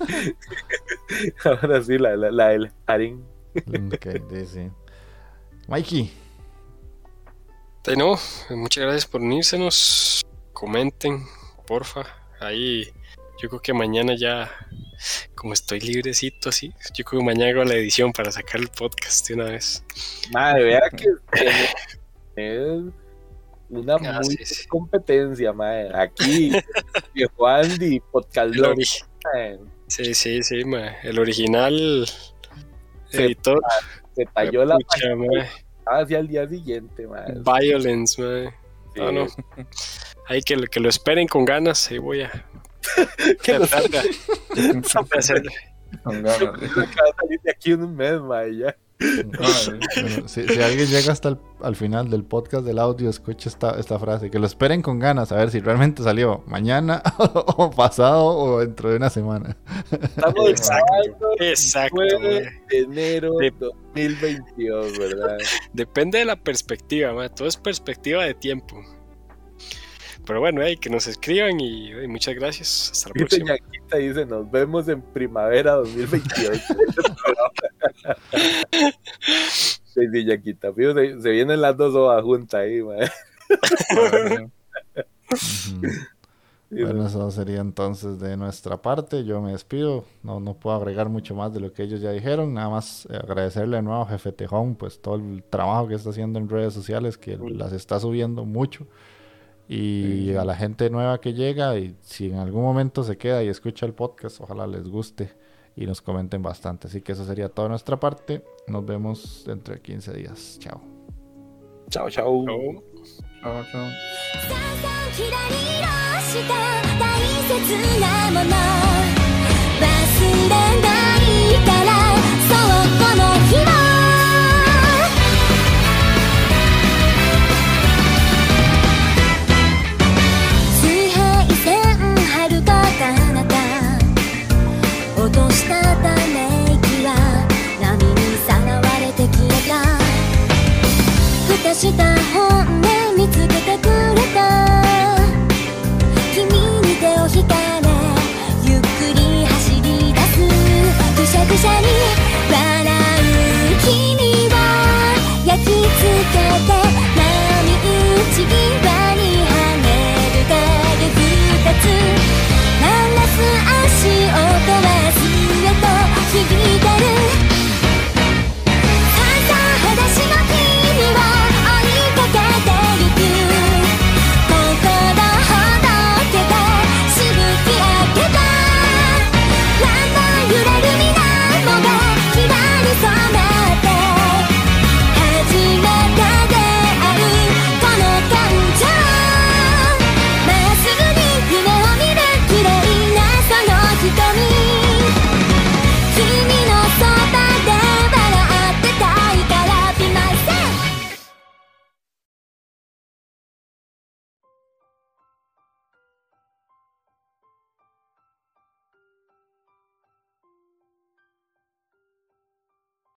Ahora sí, la, la, la del harem. Ok, sí, sí. Mikey. De no, muchas gracias por unírsenos. Comenten, porfa. Ahí, yo creo que mañana ya, como estoy librecito así, yo creo que mañana hago la edición para sacar el podcast de una vez. Madre, vea que es una Ah, muy sí, sí. competencia, madre. Aquí, viejo Andy, podcast El Lord, ori- madre, Sí, sí, sí, ma. El original Sí. editor. se talló la Pucha, ma. hacia el día siguiente, madre. Violence, ma. Sí. No, no. Ahí que, lo- que lo esperen con ganas. Ahí voy a Que nos tratar de hacer. Con ganas. acaba de salir de aquí en un mes, madre, ya. Ay, Bueno, si, si alguien llega hasta el al final del podcast del audio, escucha esta, esta frase. Que lo esperen con ganas a ver si realmente salió mañana o pasado o dentro de una semana. Estamos Exacto. grabando el Exacto, nueve ma. de enero De- dos mil veintidós, ¿verdad? Depende de la perspectiva, ma. Todo es perspectiva de tiempo. pero bueno, hey, que nos escriban y, y muchas gracias. Hasta la próxima. Yaquita dice, nos vemos en primavera dos mil veintiocho. Sí, sí, Yaquita, fijo, se, se vienen las dos hojas juntas ahí, man. Uh-huh. Bueno, eso sería entonces de nuestra parte. Yo me despido, no, no puedo agregar mucho más de lo que ellos ya dijeron, nada más agradecerle de nuevo a Jefe Tejón pues todo el trabajo que está haciendo en redes sociales, que las está subiendo mucho, y a la gente nueva que llega, y si en algún momento se queda y escucha el podcast, ojalá les guste y nos comenten bastante. Así que eso sería toda nuestra parte, nos vemos dentro de quince días. Chao. Chao, chao. Chao. Chao, chao. 左色した大切なもの忘れないから